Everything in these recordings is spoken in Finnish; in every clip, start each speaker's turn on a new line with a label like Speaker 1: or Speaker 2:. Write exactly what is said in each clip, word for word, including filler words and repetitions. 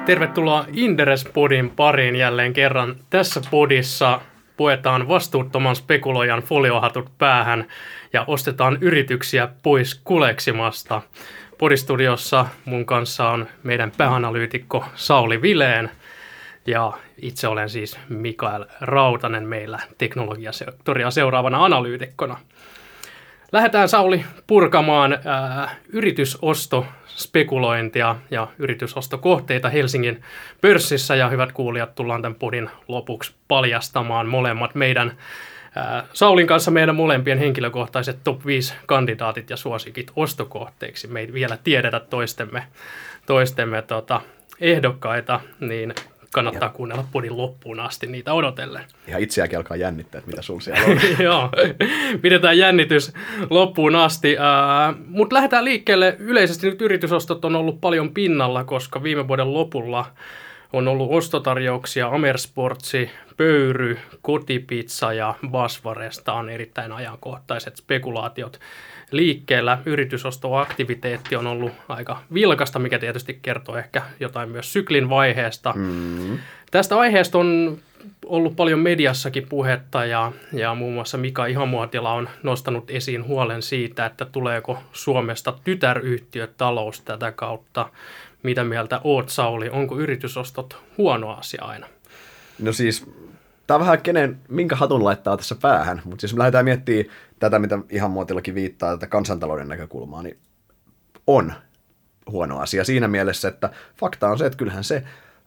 Speaker 1: Tervetuloa Inderes-podin pariin jälleen kerran. Tässä podissa puetaan vastuuttoman spekuloijan foliohatut päähän ja ostetaan yrityksiä pois kuleksimasta. Podistudiossa mun kanssa on meidän pääanalyytikko Sauli Vileen ja itse olen siis Mikael Rautanen meillä teknologiasektoria seuraavana analyytikkona. Lähdetään, Sauli, purkamaan ää, yritysostospekulointia ja yritysostokohteita Helsingin pörssissä. Ja hyvät kuulijat, tullaan tämän podin lopuksi paljastamaan molemmat meidän, ää, Saulin kanssa meidän molempien henkilökohtaiset top viisi kandidaatit ja suosikit ostokohteiksi. Me ei vielä tiedetä toistemme, toistemme tota, ehdokkaita, niin kannattaa ja kuunnella podin loppuun asti niitä odotellen.
Speaker 2: Ihan itseäkin alkaa jännittää, että mitä sun siellä on.
Speaker 1: Joo, pidetään jännitys loppuun asti. Äh, Mutta lähdetään liikkeelle. Yleisesti nyt yritysostot on ollut paljon pinnalla, koska viime vuoden lopulla on ollut ostotarjouksia Amersportsi, Pöyry, Kotipizza ja Basvaresta on erittäin ajankohtaiset spekulaatiot liikkeellä. Yritysostoaktiviteetti on ollut aika vilkasta, mikä tietysti kertoo ehkä jotain myös syklin vaiheesta. Mm. Tästä aiheesta on ollut paljon mediassakin puhetta ja, ja muun muassa Mika Ihamuotila on nostanut esiin huolen siitä, että tuleeko Suomesta tytäryhtiötalous tätä kautta. Mitä mieltä oot, Sauli? Onko yritysostot huono asia aina?
Speaker 2: No siis, tämä on vähän kenen, minkä hatun laittaa tässä päähän, mutta siis me lähdetään miettimään tätä, mitä Ihamuotilakin viittaa, tätä kansantalouden näkökulmaa, niin on huono asia siinä mielessä, että fakta on se, että kyllähän se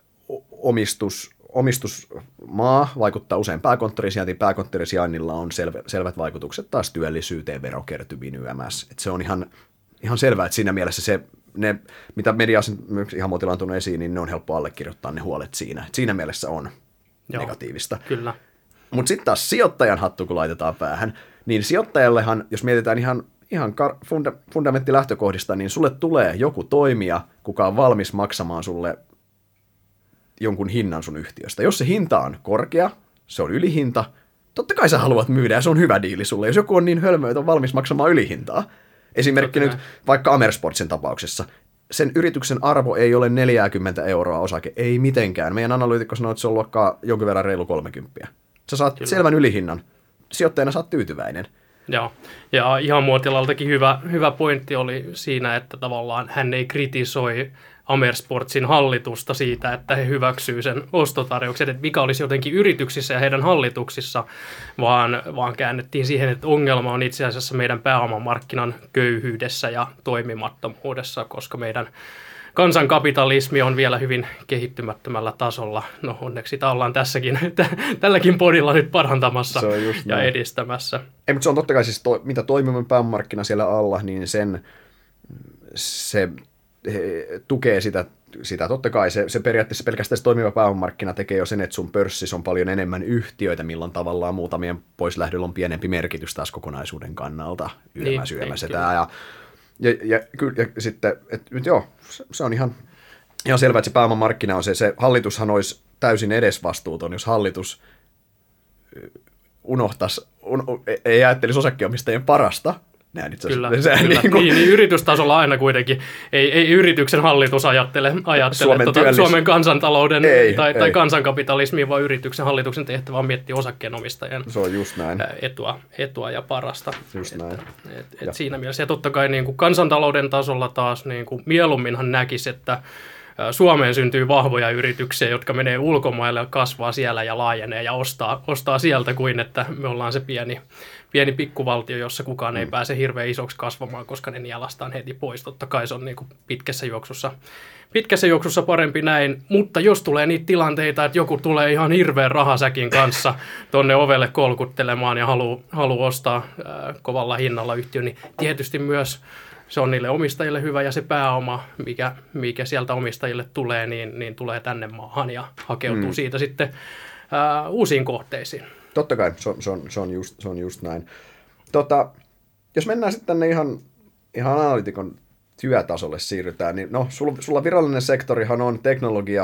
Speaker 2: omistus, omistusmaa vaikuttaa usein pääkonttorisijaintiin. Pääkonttorisijainnilla on selvä, selvät vaikutukset taas työllisyyteen, verokertymiin yms. Että se on ihan, ihan selvää, että siinä mielessä se, ne, mitä mediassa Ihamuotila on tullut esiin, niin ne on helppo allekirjoittaa ne huolet siinä. Et siinä mielessä on Joo, negatiivista.
Speaker 1: Kyllä.
Speaker 2: Mutta sitten taas sijoittajan hattu, kun laitetaan päähän, niin sijoittajallehan, jos mietitään ihan, ihan funda, fundamenttilähtökohdista, niin sulle tulee joku toimija, kuka on valmis maksamaan sulle jonkun hinnan sun yhtiöstä. Jos se hinta on korkea, se on ylihinta, totta kai sä haluat myydä ja se on hyvä diili sulle. Jos joku on niin hölmö, että on valmis maksamaan ylihintaa. Esimerkki totta nyt vaikka Amersportsin tapauksessa. Sen yrityksen arvo ei ole neljäkymmentä euroa osake, ei mitenkään. Meidän analyytikko sanoo, että se on luokkaa jonkin verran reilu kolmekymmentä. Sä saat Kyllä. selvän ylihinnan. Sijoittajana saat tyytyväinen.
Speaker 1: Joo, ja Ihamuotilaltakin hyvä, hyvä pointti oli siinä, että tavallaan hän ei kritisoi Amersportsin hallitusta siitä, että he hyväksyy sen ostotarjouksen, että mikä olisi jotenkin yrityksissä ja heidän hallituksissa, vaan, vaan käännettiin siihen, että ongelma on itse asiassa meidän pääomamarkkinan köyhyydessä ja toimimattomuudessa, koska meidän kansankapitalismi on vielä hyvin kehittymättömällä tasolla. No onneksi sitä ollaan tässäkin, tälläkin podilla nyt parantamassa ja näin edistämässä.
Speaker 2: Ei, mutta se on totta kai siis, to, mitä toimivan pääomamarkkina siellä alla, niin sen se he, tukee sitä, sitä. Totta kai se, se periaatteessa pelkästään se toimiva pääomamarkkina tekee jo sen, että sun pörssissä on paljon enemmän yhtiöitä, milloin tavallaan muutamien poislähdöllä on pienempi merkitys taas kokonaisuuden kannalta yömäs niin, yömäs. Ja, ja, ja, ja sitten, että joo, se on ihan, ihan selvä, että se pääomamarkkina on se, se hallitushan olisi täysin edesvastuuton, jos hallitus unohtaisi, un, ei ajattelisi osakkeenomistajien parasta. Näin itse
Speaker 1: Kyllä,
Speaker 2: asiassa.
Speaker 1: kyllä.
Speaker 2: Niin, kuin...
Speaker 1: niin, niin yritystasolla aina kuitenkin. Ei, ei yrityksen hallitus ajattele, ajattele
Speaker 2: Suomen,
Speaker 1: tuota,
Speaker 2: työllis...
Speaker 1: Suomen kansantalouden
Speaker 2: ei,
Speaker 1: tai,
Speaker 2: ei.
Speaker 1: tai kansankapitalismiin, vaan yrityksen hallituksen tehtävä on miettiä osakkeenomistajien
Speaker 2: se on just näin.
Speaker 1: Etua, etua ja parasta.
Speaker 2: Just näin.
Speaker 1: Et, et, et siinä mielessä. Ja totta kai niin kuin kansantalouden tasolla taas niin kuin mieluumminhan näkisi, että Suomeen syntyy vahvoja yrityksiä, jotka menee ulkomaille, kasvaa siellä ja laajenee ja ostaa, ostaa sieltä, kuin että me ollaan se pieni, pieni pikkuvaltio, jossa kukaan ei mm. pääse hirveän isoksi kasvamaan, koska ne nielastaan heti pois. Totta kai se on niin kuin pitkässä juoksussa, pitkässä juoksussa parempi näin, mutta jos tulee niitä tilanteita, että joku tulee ihan hirveän rahasäkin kanssa tonne ovelle kolkuttelemaan ja haluaa haluu ostaa ää, kovalla hinnalla yhtiön, niin tietysti myös se on niille omistajille hyvä ja se pääoma, mikä, mikä sieltä omistajille tulee, niin, niin tulee tänne maahan ja hakeutuu mm. siitä sitten ää, uusiin kohteisiin.
Speaker 2: Totta kai, se on, se on, se on, just, se on just näin. Tota, jos mennään sitten tänne ihan, ihan analytikon työtasolle siirrytään, niin no, sulla, sulla virallinen sektorihan on teknologia,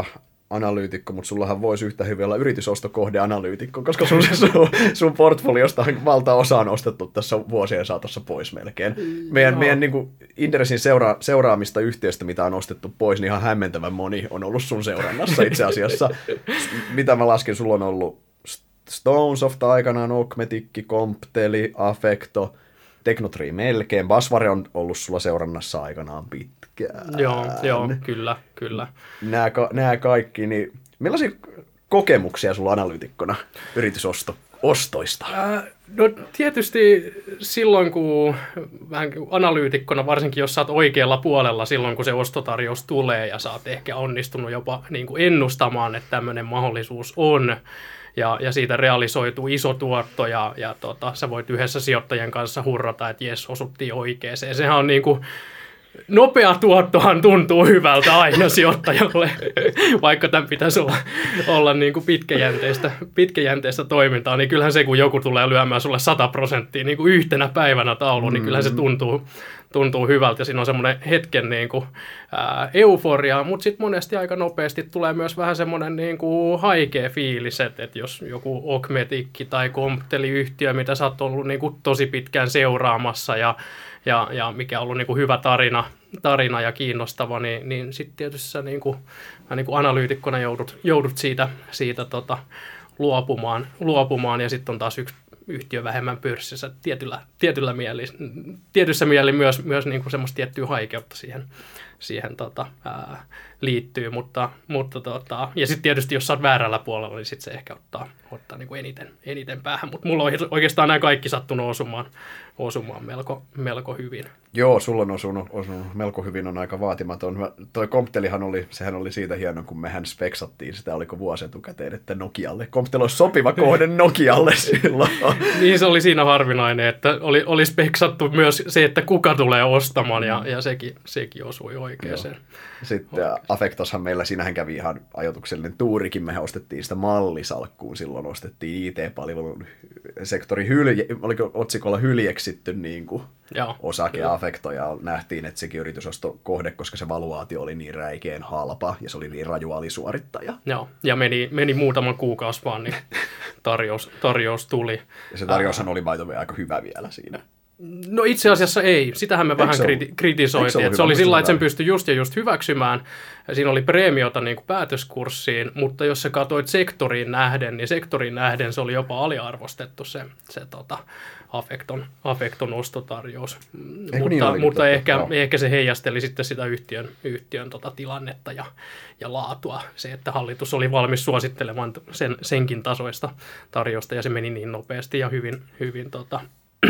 Speaker 2: analyytikko, mutta sullahan voisi yhtä hyvin olla yritysostokohdeanalyytikko, koska sun, sun, sun portfoliosta valtaosa on ostettu tässä vuosien saatossa pois melkein. Meidän, no. meidän niin kuin Inderesin seura, seuraamista yhtiöstä, mitä on ostettu pois, niin ihan hämmentävän moni on ollut sun seurannassa itse asiassa. Mitä mä laskin, sulla on ollut Stonesoft aikanaan, Augmetikki, Compteli, Affecto, Tecnotree melkein. Basware on ollut sulla seurannassa aikanaan pitkään.
Speaker 1: Joo, joo, kyllä, kyllä.
Speaker 2: Nämä, nämä kaikki, niin millaisia kokemuksia sulla analyytikkona yritysostoista?
Speaker 1: Äh, no tietysti silloin, kun vähän analyytikkona, varsinkin jos sä oot oikealla puolella silloin, kun se ostotarjous tulee ja sä oot ehkä onnistunut jopa niin kuin ennustamaan, että tämmöinen mahdollisuus on, Ja, ja siitä realisoituu iso tuotto ja, ja tota, sä voit yhdessä sijoittajien kanssa hurrata, että jes, osuttiin oikeeseen. Sehän on niin kuin, nopea tuottohan tuntuu hyvältä aina sijoittajalle, vaikka tämän pitäisi olla, olla niin kuin pitkäjänteistä, pitkäjänteistä toimintaa, niin kyllähän se, kun joku tulee lyömään sulle sata prosenttia niin kuin yhtenä päivänä tauluun, niin kyllähän se tuntuu, tuntuu hyvältä ja siinä on semmoinen hetken niin kuin, ää, euforia, mutta sitten monesti aika nopeasti tulee myös vähän semmoinen niin kuin haikea fiilis, että, että jos joku Augmetikki tai Compteli-yhtiö, mitä sä oot ollut niin kuin tosi pitkään seuraamassa ja Ja, ja mikä on ollut niin kuin hyvä tarina, tarina ja kiinnostava, niin, niin sitten tietysti sä niin kuin, niin kuin analyytikkona joudut, joudut siitä, siitä tota, luopumaan, luopumaan, ja sitten on taas yksi yhtiö vähemmän pörssissä. Tietyllä, tietyllä mieli, tietyssä mieli myös, myös niin kuin semmoista tiettyä haikeutta siihen, siihen tota, ää, liittyy, mutta, mutta tota, ja sitten tietysti jos sä oot väärällä puolella, niin sitten se ehkä ottaa, ottaa niin kuin eniten, eniten päähän, mutta mulla on oikeastaan nämä kaikki sattunut osumaan, osumaan melko, melko hyvin.
Speaker 2: Joo, sulla on osunut, osunut melko hyvin, on aika vaatimaton. Mä, toi Comptelihan oli, sehän oli siitä hieno, kun mehän speksattiin sitä, oliko vuosi etukäteen, että Nokialle. Comptel olisi sopiva kohde Nokialle silloin.
Speaker 1: Niin se oli siinä harvinainen, että oli, oli speksattu myös se, että kuka tulee ostamaan, ja, ja sekin, sekin osui oikeeseen.
Speaker 2: Sitten Affectoshan meillä, siinähän kävi ihan ajatuksellinen tuurikin, mehän ostettiin sitä mallisalkkuun, silloin ostettiin I T-palvelun sektori hylje, oliko otsikolla hyljeksitty niin kuin osake Affecto, ja nähtiin, että sekin yritysostokohde, koska se valuaatio oli niin räikeän halpa, ja se oli niin raju alisuorittaja.
Speaker 1: Joo, ja meni, meni muutaman kuukausi vaan, niin tarjous, tarjous tuli.
Speaker 2: Ja se tarjoushan oli by the way aika hyvä vielä siinä.
Speaker 1: No itse asiassa ei. Sitähän me Eikö vähän kriti- kritisoitiin. Että se oli sillä, että sen pystyi just ja just hyväksymään. Siinä oli preemiota niin kuin päätöskurssiin, mutta jos sä katsoit sektoriin nähden, niin sektoriin nähden se oli jopa aliarvostettu se, se tota, Affecton, Affecton ostotarjous.
Speaker 2: Eikö
Speaker 1: mutta
Speaker 2: niin
Speaker 1: mutta ehkä, ehkä se heijasteli sitten sitä yhtiön, yhtiön tota, tilannetta ja, ja laatua. Se, että hallitus oli valmis suosittelemaan sen, senkin tasoista tarjousta, ja se meni niin nopeasti ja hyvin, hyvin tota,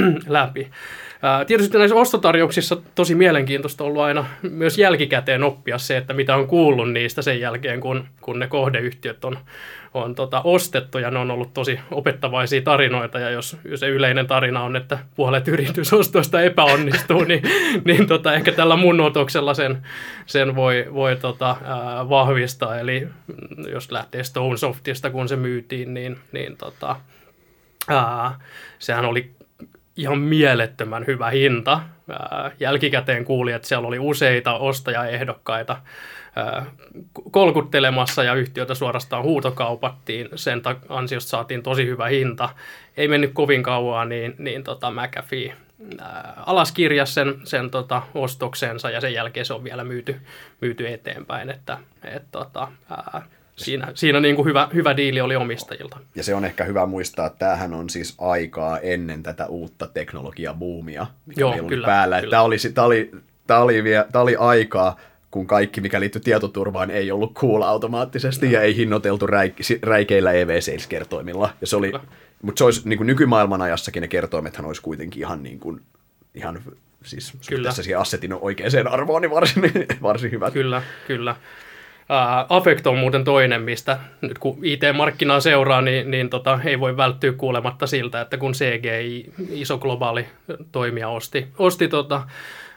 Speaker 1: läpi. Ää, tietysti näissä ostotarjouksissa tosi mielenkiintoista on ollut aina myös jälkikäteen oppia se, että mitä on kuullut niistä sen jälkeen, kun, kun ne kohdeyhtiöt on, on tota, ostettu, ja ne on ollut tosi opettavaisia tarinoita, ja jos se yleinen tarina on, että puolet yritysostoista epäonnistuu, niin, niin tota, ehkä tällä mun otoksella sen, sen voi, voi tota, ää, vahvistaa, eli jos lähtee Stonesoftista, kun se myytiin, niin, niin tota, ää, sehän oli ihan mielettömän hyvä hinta. Jälkikäteen kuuli, että siellä oli useita ostajaehdokkaita kolkuttelemassa, ja yhtiötä suorastaan huutokaupattiin. Sen ansiosta saatiin tosi hyvä hinta. Ei mennyt kovin kauan, niin, niin tota McAfee alaskirjasi sen, sen tota ostoksensa, ja sen jälkeen se on vielä myyty, myyty eteenpäin. Että, et, tota, ää, Siinä, siinä niin kuin hyvä, hyvä diili oli omistajilta.
Speaker 2: Ja se on ehkä hyvä muistaa, että tämähän on siis aikaa ennen tätä uutta teknologiabuumia, mikä
Speaker 1: Joo,
Speaker 2: meillä oli
Speaker 1: kyllä,
Speaker 2: päällä.
Speaker 1: kyllä.
Speaker 2: Tämä oli, tämä, oli, tämä, oli vie, tämä oli aikaa, kun kaikki, mikä liittyi tietoturvaan, ei ollut cool automaattisesti no. ja ei hinnoiteltu räik, räikeillä E V Sales-kertoimilla. Ja se oli, mutta se olisi niin kuin nykymaailman ajassakin ne kertoimethan olisi kuitenkin ihan, niin kuin, ihan siis suhteessa siihen assetin oikeaan arvoon, niin varsin, varsin hyvät.
Speaker 1: Kyllä, kyllä. Uh, Affecto on muuten toinen, mistä nyt kun I T-markkinaa seuraa, niin, niin tota, ei voi välttyä kuulematta siltä, että kun C G I, iso globaali toimija, osti, osti tota,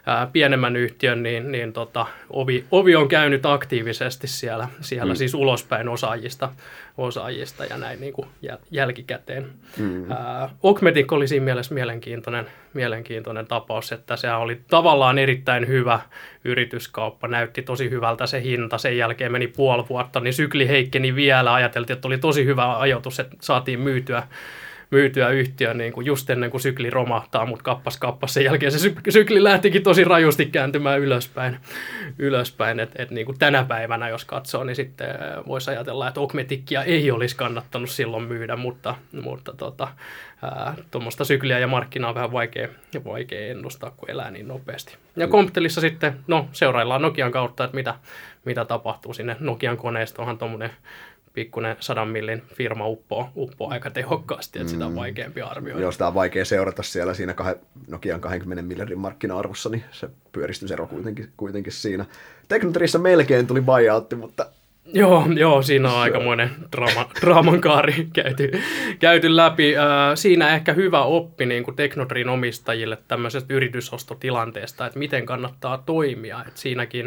Speaker 1: ää, pienemmän yhtiön, niin, niin tota, ovi, ovi on käynyt aktiivisesti siellä, siellä mm. siis ulospäin osaajista, osaajista ja näin niin kuin jälkikäteen. Mm. Ää, Augmetic oli siinä mielessä mielenkiintoinen, mielenkiintoinen tapaus, että se oli tavallaan erittäin hyvä yrityskauppa, näytti tosi hyvältä se hinta, sen jälkeen meni puoli vuotta, niin sykli heikkeni vielä, ajateltiin, että oli tosi hyvä ajoitus, että saatiin myytyä, myytyä yhtiö niin kuin just ennen kuin sykli romahtaa, mutta kappas kappas sen jälkeen se sykli lähtikin tosi rajusti kääntymään ylöspäin, ylöspäin. että et niin kuin tänä päivänä jos katsoo, niin sitten voisi ajatella, että Augmeticia ei olisi kannattanut silloin myydä, mutta, mutta tota, tuommoista sykliä ja markkinaa on vähän vaikea, vaikea ennustaa, kun elää niin nopeasti. Ja Comptelissa sitten, no seuraillaan Nokian kautta, että mitä, mitä tapahtuu sinne. Nokian koneistohan tuommoinen pikkuinen sadan millin firma uppoo, uppoo aika tehokkaasti, että sitä on vaikeampi arvioida.
Speaker 2: Joo, sitä on vaikea seurata siellä siinä kah- Nokian kaksikymmentä miljardin markkina-arvossa, niin se pyöristysero kuitenkin, kuitenkin siinä. Teknotrissa melkein tuli buyoutti, mutta...
Speaker 1: Joo, joo, siinä on aikamoinen draama, draaman kaari käyty, käyty läpi. Äh, siinä ehkä hyvä oppi niin kuin Teknotrin omistajille tämmöisestä yritysostotilanteesta, että miten kannattaa toimia. Et siinäkin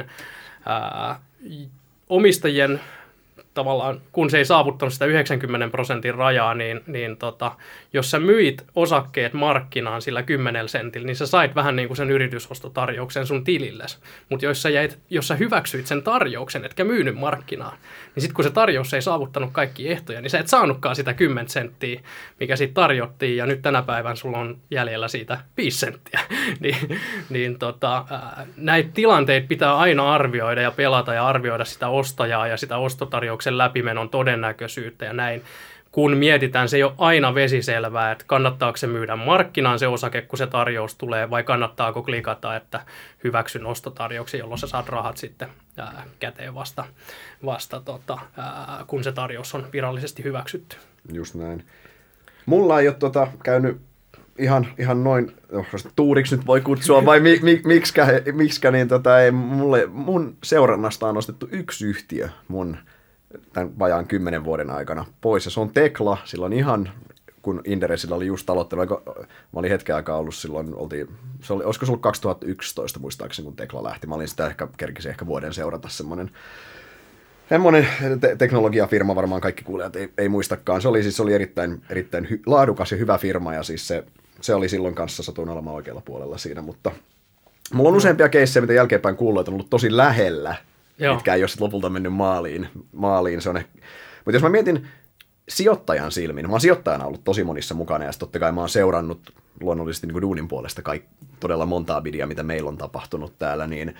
Speaker 1: äh, omistajien... tavallaan, kun se ei saavuttanut sitä yhdeksänkymmentä prosentin rajaa, niin, niin tota, jos sä myit osakkeet markkinaan sillä kymmenellä sentillä, niin sä sait vähän niin kuin sen yritysostotarjouksen sun tililles. Mutta jos, jos sä hyväksyit sen tarjouksen, etkä myynyt markkinaan, niin sitten kun se tarjous ei saavuttanut kaikki ehtoja, niin sä et saanutkaan sitä kymmenen senttiä, mikä siitä tarjottiin, ja nyt tänä päivänä sulla on jäljellä siitä viisi senttiä. niin, niin tota, ää, näitä tilanteita pitää aina arvioida ja pelata ja arvioida sitä ostajaa ja sitä ostotarjouksen läpimenon todennäköisyyttä ja näin. Kun mietitään, se ei ole aina vesiselvää, että kannattaako se myydä markkinaan se osake, kun se tarjous tulee, vai kannattaako klikata, että hyväksyn ostotarjouksen, jolloin sä saat rahat sitten ää, käteen vasta, vasta tota, ää, kun se tarjous on virallisesti hyväksytty.
Speaker 2: Just näin. Mulla ei ole tota, käynyt ihan, ihan noin, oh, tuuriksi nyt voi kutsua, vai mi, mi, miksikä, miksikä niin tota, ei, mulle, mun seurannasta on nostettu yksi yhtiö mun tämän vajaan kymmenen vuoden aikana pois, ja se on Tekla. Silloin ihan, kun Inderesillä oli just aloittanut, mä olin hetken aikaa ollut silloin, oltiin, se oli, olisiko se ollut kaksituhattayksitoista muistaakseni, kun Tekla lähti. Mä olin sitä ehkä, kerkisin ehkä vuoden seurata semmoinen, semmoinen te- teknologiafirma, varmaan kaikki kuulijat ei, ei muistakaan. Se oli siis se oli erittäin, erittäin hy- laadukas ja hyvä firma, ja siis se, se oli silloin kanssa satuin olemaan oikealla puolella siinä, mutta mulla on useampia keissejä, mitä jälkeenpäin kuuluu, että on ollut tosi lähellä, Joo. mitkä ei ole sitten lopulta mennyt maaliin. maaliin. Se on ehkä... Mutta jos mä mietin sijoittajan silmin, mä oon sijoittajana ollut tosi monissa mukana, ja totta kai mä oon seurannut luonnollisesti niin kuin duunin puolesta kaik... todella montaa bidia, mitä meillä on tapahtunut täällä, niin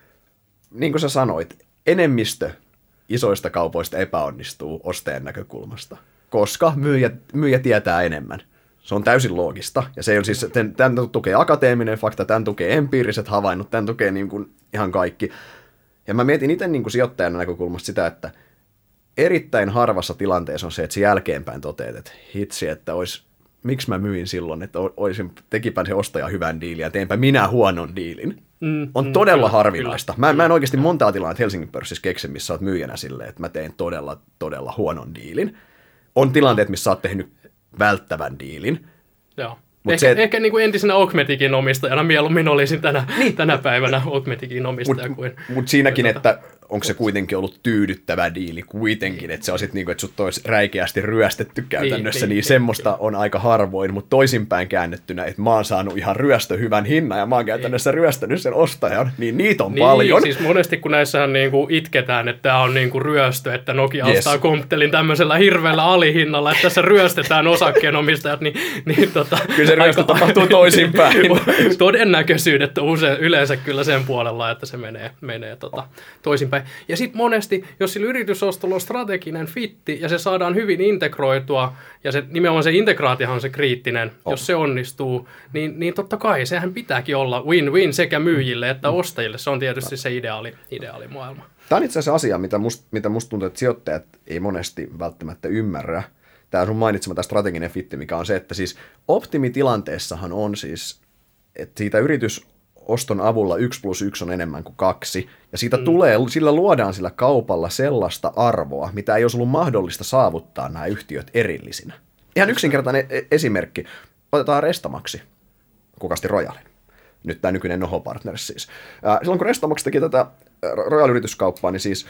Speaker 2: niin kuin sä sanoit, enemmistö isoista kaupoista epäonnistuu ostajan näkökulmasta, koska myyjä, myyjä tietää enemmän. Se on täysin loogista, ja se on siis, tämän tukee akateeminen fakta, tämän tukee empiiriset havainnot, tämän tukee niin kuin ihan kaikki. Ja mä mietin itse niin kuin sijoittajan näkökulmasta sitä, että erittäin harvassa tilanteessa on se, että se jälkeenpäin toteat, että hitsi, että olisi, miksi mä myin silloin, että olisin, tekipän se ostaja hyvän diilin ja teenpä minä huonon diilin. Mm, on todella mm, harvinaista. Kyllä. Mä, mä en oikeasti montaa tilannetta Helsingin pörssissä keksi, missä olet myyjänä silleen, että mä teen todella, todella huonon diilin. On tilanteet, missä olet tehnyt välttävän diilin.
Speaker 1: Joo. Mut ehkä se, ehkä niin kuin entisenä Augmeticin omistajana mieluummin olisin tänä, niin. tänä päivänä Augmeticin omistaja
Speaker 2: mut,
Speaker 1: kuin...
Speaker 2: Mutta siinäkin, kuin että onko se kuitenkin ollut tyydyttävä diili kuitenkin, että se on sitten niin kuin, että sut olisi räikeästi ryöstetty käytännössä, niin, niin, niin semmoista niin. on aika harvoin, mutta toisinpäin käännettynä, että mä oon saanut ihan ryöstö hyvän hinnan ja mä oon käytännössä niin. ryöstänyt sen ostajan, niin niitä on niin, paljon.
Speaker 1: Siis monesti kun näissähän niin kuin itketään, että tämä on niin kuin ryöstö, että Nokia yes. ostaa Comptelin tämmöisellä hirveällä alihinnalla, että tässä ryöstetään osakkeenomistajat, niin, niin tota...
Speaker 2: Kyllä se ryöstö tapahtuu toisinpäin.
Speaker 1: Todennäköisyydet on usein, yleensä kyllä sen puolella, että se menee, menee tota, toisinpäin. Ja sitten monesti, jos sillä yritysostolla on strateginen fitti ja se saadaan hyvin integroitua, ja se, nimenomaan se integraatiohan on se kriittinen, oh. jos se onnistuu, niin, niin totta kai sehän pitääkin olla win-win sekä myyjille että ostajille. Se on tietysti no. se ideaali, ideaali maailma.
Speaker 2: Tämä on itse asiassa asia, mitä musta mitä must tuntuu, että sijoittajat ei monesti välttämättä ymmärrä. Tämä sun mainitsema tämä strateginen fitti, mikä on se, että siis optimitilanteessahan on siis, että siitä yritysoston avulla yksi plus yksi on enemmän kuin kaksi, ja siitä mm. tulee, sillä luodaan sillä kaupalla sellaista arvoa, mitä ei olisi ollut mahdollista saavuttaa nämä yhtiöt erillisinä. Ihan yksinkertainen esimerkki. Otetaan Restamaxi, Kukasti Royalin. nyt tämä nykyinen Noho Partners siis. Ää, silloin kun Restomox teki tätä Royal-yrityskauppaa, niin siis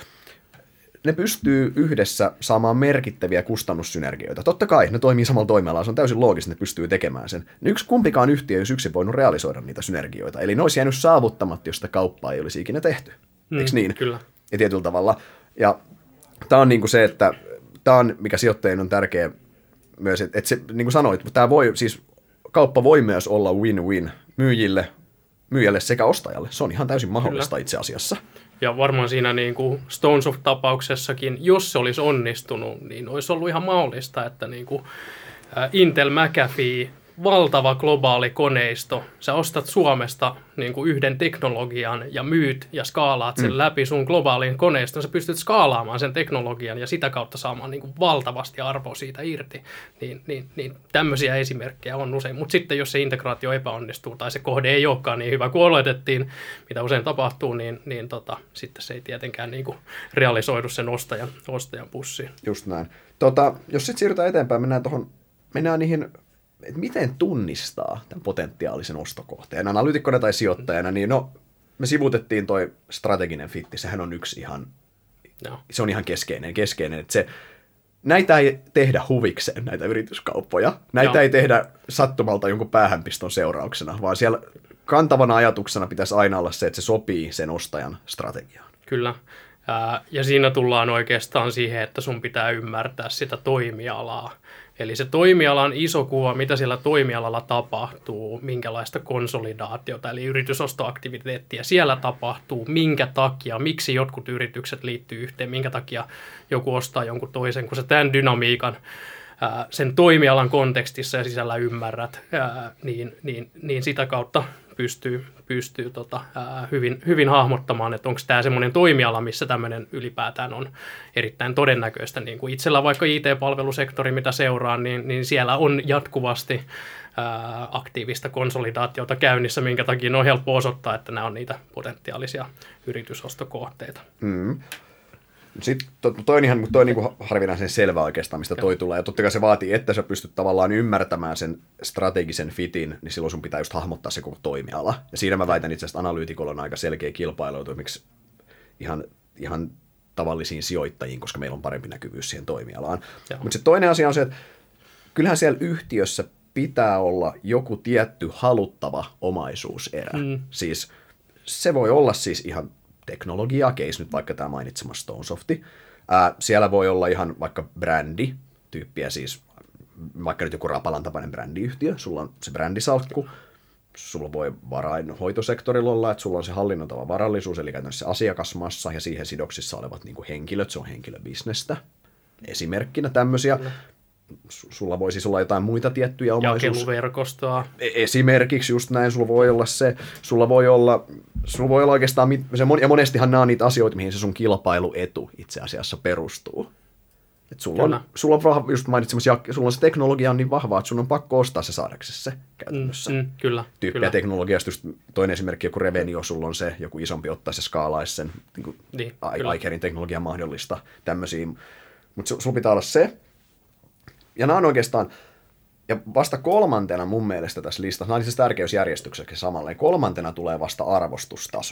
Speaker 2: ne pystyy yhdessä saamaan merkittäviä kustannussynergioita. Totta kai ne toimii samalla toimialalla, se on täysin loogista, että ne pystyy tekemään sen. Yksi kumpikaan yhtiö ei olisi yksin voinut realisoida niitä synergioita, eli ne olisi jäänyt saavuttamatta, jos sitä kauppaa ei olisi ikinä tehty. Mm, eikö niin?
Speaker 1: Kyllä.
Speaker 2: Ja tietyllä tavalla. Ja tämä on niin kuin se, että tämä on, mikä sijoittajien on tärkeä myös, että, että se, niin kuin sanoit, tämä voi, siis kauppa voi myös olla win-win myyjille, myyjälle sekä ostajalle. Se on ihan täysin mahdollista Kyllä. itse asiassa.
Speaker 1: Ja varmaan siinä niin kuin Stonesoft-tapauksessakin, jos se olisi onnistunut, niin olisi ollut ihan mahdollista, että niin kuin Intel, McAfee, valtava globaali koneisto, sä ostat Suomesta niin kuin yhden teknologian ja myyt ja skaalaat sen mm. läpi sun globaalin koneiston, sä pystyt skaalaamaan sen teknologian ja sitä kautta saamaan niin kuin valtavasti arvoa siitä irti. Niin, niin, niin tämmöisiä esimerkkejä on usein, mutta sitten jos se integraatio epäonnistuu tai se kohde ei olekaan niin hyvä kuin oletettiin, mitä usein tapahtuu, niin, niin tota, sitten se ei tietenkään niin kuin realisoidu sen ostajan, ostajan pussiin.
Speaker 2: Just näin. Tota, jos sitten siirrytään eteenpäin, mennään tuohon, mennään niihin, että miten tunnistaa tämän potentiaalisen ostokohteen analyytikkona tai sijoittajana, niin no, me sivutettiin toi strateginen fitti, sehän on yksi ihan, no. se on ihan keskeinen, keskeinen, että se, näitä ei tehdä huvikseen, näitä yrityskauppoja, näitä no. ei tehdä sattumalta jonkun päähänpiston seurauksena, vaan siellä kantavana ajatuksena pitäisi aina olla se, että se sopii sen ostajan strategiaan.
Speaker 1: Kyllä. Ja siinä tullaan oikeastaan siihen, että sun pitää ymmärtää sitä toimialaa. Eli se toimialan iso kuva, mitä siellä toimialalla tapahtuu, minkälaista konsolidaatiota, eli yritysostoaktiviteettia siellä tapahtuu, minkä takia, miksi jotkut yritykset liittyy yhteen, minkä takia joku ostaa jonkun toisen, kun sä tämän dynamiikan ää, sen toimialan kontekstissa ja sisällä ymmärrät, ää, niin, niin, niin sitä kautta pystyy, pystyy tota, ää, hyvin, hyvin hahmottamaan, että onko tämä semmoinen toimiala, missä tämmöinen ylipäätään on erittäin todennäköistä. Niin kuin itsellä vaikka I T-palvelusektori, mitä seuraan, niin, niin siellä on jatkuvasti ää, aktiivista konsolidaatiota käynnissä, minkä takia on helppo osoittaa, että nämä on niitä potentiaalisia yritysostokohteita.
Speaker 2: Mm. Sitten toi on ihan toi on niin kuin harvinaisen selvä oikeastaan, mistä toi tulee. Ja totta kai se vaatii, että sä pystyt tavallaan ymmärtämään sen strategisen fitin, niin silloin sun pitää just hahmottaa se koko toimiala. Ja siinä mä väitän itse asiassa, että analyytikolla on aika selkeä kilpailu, miksi ihan, ihan tavallisiin sijoittajiin, koska meillä on parempi näkyvyys siihen toimialaan. Mutta se toinen asia on se, että kyllähän siellä yhtiössä pitää olla joku tietty haluttava omaisuuserä. Mm. Siis se voi olla siis ihan teknologiaa, case nyt vaikka tämä mainitsema Stonesofti. Ää, siellä voi olla ihan vaikka brändi, tyyppiä siis, vaikka nyt joku Rapalan tapainen brändiyhtiö, sulla on se brändisalkku, sulla voi varainhoitosektorilla olla, että sulla on se hallinnoitava varallisuus, eli käytännössä se asiakasmassa ja siihen sidoksissa olevat niin kuin henkilöt, se on henkilöbisnestä. Esimerkkinä tämmöisiä. Sulla voi siis olla jotain muita tiettyjä omaisuus.
Speaker 1: Jakeluverkostoa.
Speaker 2: Esimerkiksi just näin, sulla voi olla se, sulla voi olla, sulla voi olla oikeastaan, se, ja monestihan nämä on niitä asioita, mihin se sun kilpailuetu itse asiassa perustuu. Et sulla, on, sulla on vahva, just mainitsemassa, sulla on se teknologia on niin vahvaa, että sun on pakko ostaa se saadaksesi se käytännössä. Mm, mm,
Speaker 1: kyllä.
Speaker 2: Tyyppiä teknologiasta, just toinen esimerkki, joku Revenio, sulla on se, joku isompi ottaa se skaalaisi sen, niin kuin niin, iCarein teknologia mahdollista, tämmöisiä. Mutta sulla pitää olla se. Ja nämä on oikeastaan, ja vasta kolmantena mun mielestä tässä listassa, nämä on siis tärkeysjärjestyksessä samalla, ja kolmantena tulee vasta arvostustaso,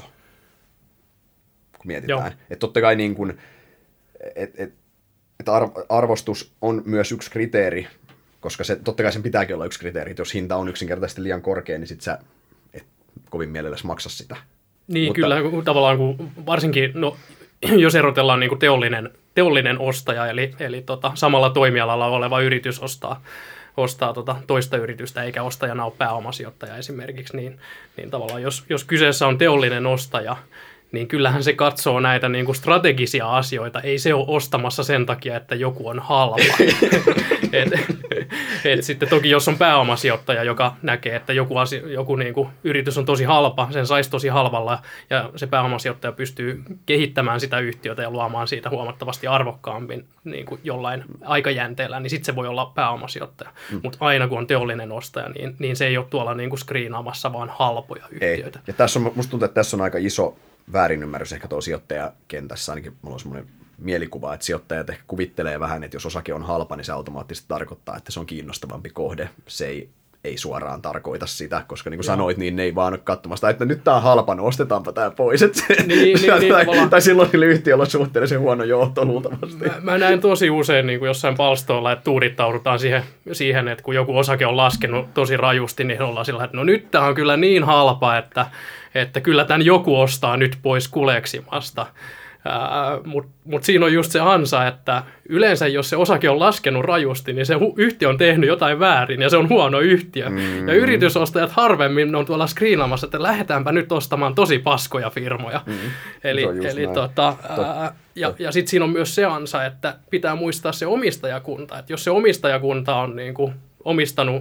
Speaker 2: kun mietitään. Että totta kai niin kuin, et, et, et arvostus on myös yksi kriteeri, koska se, totta kai sen pitääkin olla yksi kriteeri, että jos hinta on yksinkertaisesti liian korkea, niin sit sä et kovin mielelläsi maksa sitä.
Speaker 1: Niin, mutta kyllä, tavallaan kun varsinkin, no, jos erotellaan niin kuin teollinen, teollinen ostaja, eli, eli tota, samalla toimialalla oleva yritys ostaa, ostaa tota toista yritystä, eikä ostajana ole pääomasijoittaja esimerkiksi, niin, niin tavallaan jos, jos kyseessä on teollinen ostaja, niin kyllähän se katsoo näitä niin kuin strategisia asioita. Ei se ole ostamassa sen takia, että joku on halpa. et, et sitten toki jos on pääomasijoittaja, joka näkee, että joku, asia, joku niin kuin yritys on tosi halpa, sen saisi tosi halvalla, ja se pääomasijoittaja pystyy kehittämään sitä yhtiötä ja luomaan siitä huomattavasti arvokkaammin niin kuin jollain aikajänteellä, niin sitten se voi olla pääomasijoittaja. Mm. Mutta aina kun on teollinen ostaja, niin, niin se ei ole tuolla niin kuin screenaamassa vaan halpoja yhtiöitä.
Speaker 2: Ei. Ja tässä on, musta tuntuu, että tässä on aika iso väärinymmärrys ehkä tuo sijoittajakentässä, ainakin mulla on semmoinen mielikuva, että sijoittajat ehkä kuvittelee vähän, että jos osake on halpa, niin se automaattisesti tarkoittaa, että se on kiinnostavampi kohde. Se ei ei suoraan tarkoita sitä, koska niin kuin sanoit, niin ne ei vaan ole katsomasta, että nyt tää on halpa, no ostetaanpa tää pois. Että se,
Speaker 1: niin, niin, niin,
Speaker 2: tai, tai silloin sillä yhtiöllä on suhteellisen huono johto luultavasti.
Speaker 1: Mä, mä näen tosi usein niin kuin jossain palstoilla, että tuudittaudutaan siihen, siihen, että kun joku osake on laskenut tosi rajusti, niin ollaan sillä, että no nyt tää on kyllä niin halpa, että, että kyllä tämän joku ostaa nyt pois kuleksimasta. Uh, Mutta mut siinä on just se ansa, että yleensä jos se osake on laskenut rajusti, niin se hu- yhtiö on tehnyt jotain väärin ja se on huono yhtiö. Mm-hmm. Ja yritysostajat harvemmin on tuolla skriinaamassa, että lähdetäänpä nyt ostamaan tosi paskoja firmoja. Mm-hmm. Eli, eli tota, uh, ja, ja sitten siinä on myös se ansa, että pitää muistaa se omistajakunta. Että jos se omistajakunta on niin kuin omistanut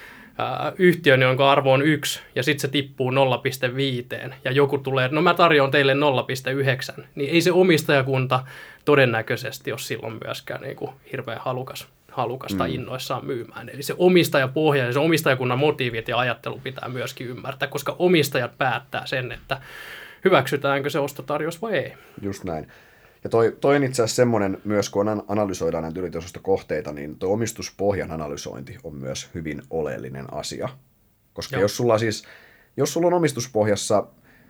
Speaker 1: yhtiön, jonka arvo on yksi, ja sitten se tippuu nolla pilkku viisi, ja joku tulee, että no mä tarjoan teille nolla pilkku yhdeksän, niin ei se omistajakunta todennäköisesti ole silloin myöskään niin kuin hirveän halukas, halukas tai mm. innoissaan myymään. Eli se omistajapohja ja se omistajakunnan motiivit ja ajattelu pitää myöskin ymmärtää, koska omistajat päättää sen, että hyväksytäänkö se ostotarjous vai ei.
Speaker 2: Just näin. Ja toi, toi on itse asiassa semmoinen myös, kun analysoidaan näitä yritysostokohteita, niin tuo omistuspohjan analysointi on myös hyvin oleellinen asia. Koska jos sulla siis, jos sulla on omistuspohjassa,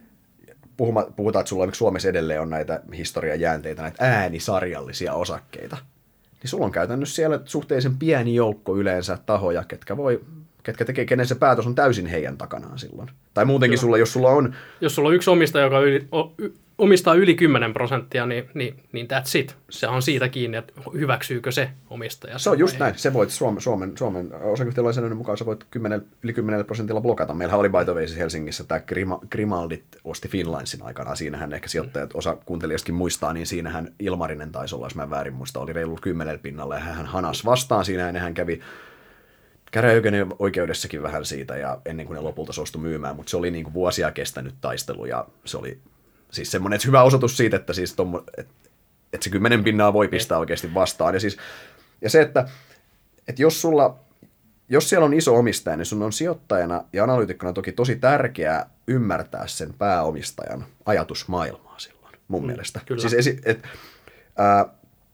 Speaker 2: puhutaan, että sulla Suomessa edelleen on näitä historian jäänteitä, näitä äänisarjallisia osakkeita, niin sulla on käytännössä siellä suhteellisen pieni joukko yleensä tahoja, ketkä voi... ketkä tekee, kenen se päätös on täysin heidän takanaan silloin. Tai muutenkin sulla, jos sulla on...
Speaker 1: Jos sulla on yksi omistaja, joka yli, o, y, omistaa yli kymmenen prosenttia, niin, niin, niin that's it. Se on siitä kiinni, että hyväksyykö se omistaja.
Speaker 2: Se on just näin. Se voit Suomen, Suomen, Suomen osakeyhtiölainsäädännön mukaan sä voit kymmenen, yli kymmenellä prosentilla blokata. Meillähän oli by the way siis Helsingissä tämä Grima, Grimaldit osti Finlandsin aikana. Siinähän ehkä sijoittajat, osa kuuntelijastakin muistaa, niin siinähän Ilmarinen taisi olla, jos mä väärin muista, oli reilu kymmenellä pinnalla ja hän hanas vastaan siinä ja hän kävi käräjäoikeuden oikeudessakin vähän siitä, ja ennen kuin ne lopulta suostu myymään, mutta se oli niin kuin vuosia kestänyt taistelu, ja se oli siis semmoinen hyvä osoitus siitä, että, siis tommo, että, että se kymmenen pinnaa voi pistää oikeasti vastaan. Ja, siis, ja se, että, että jos, sulla, jos siellä on iso omistaja, niin sun on sijoittajana ja analyytikkona toki tosi tärkeää ymmärtää sen pääomistajan ajatusmaailmaa silloin, mun mm, mielestä.
Speaker 1: Kyllä.
Speaker 2: Siis esi, et, ää,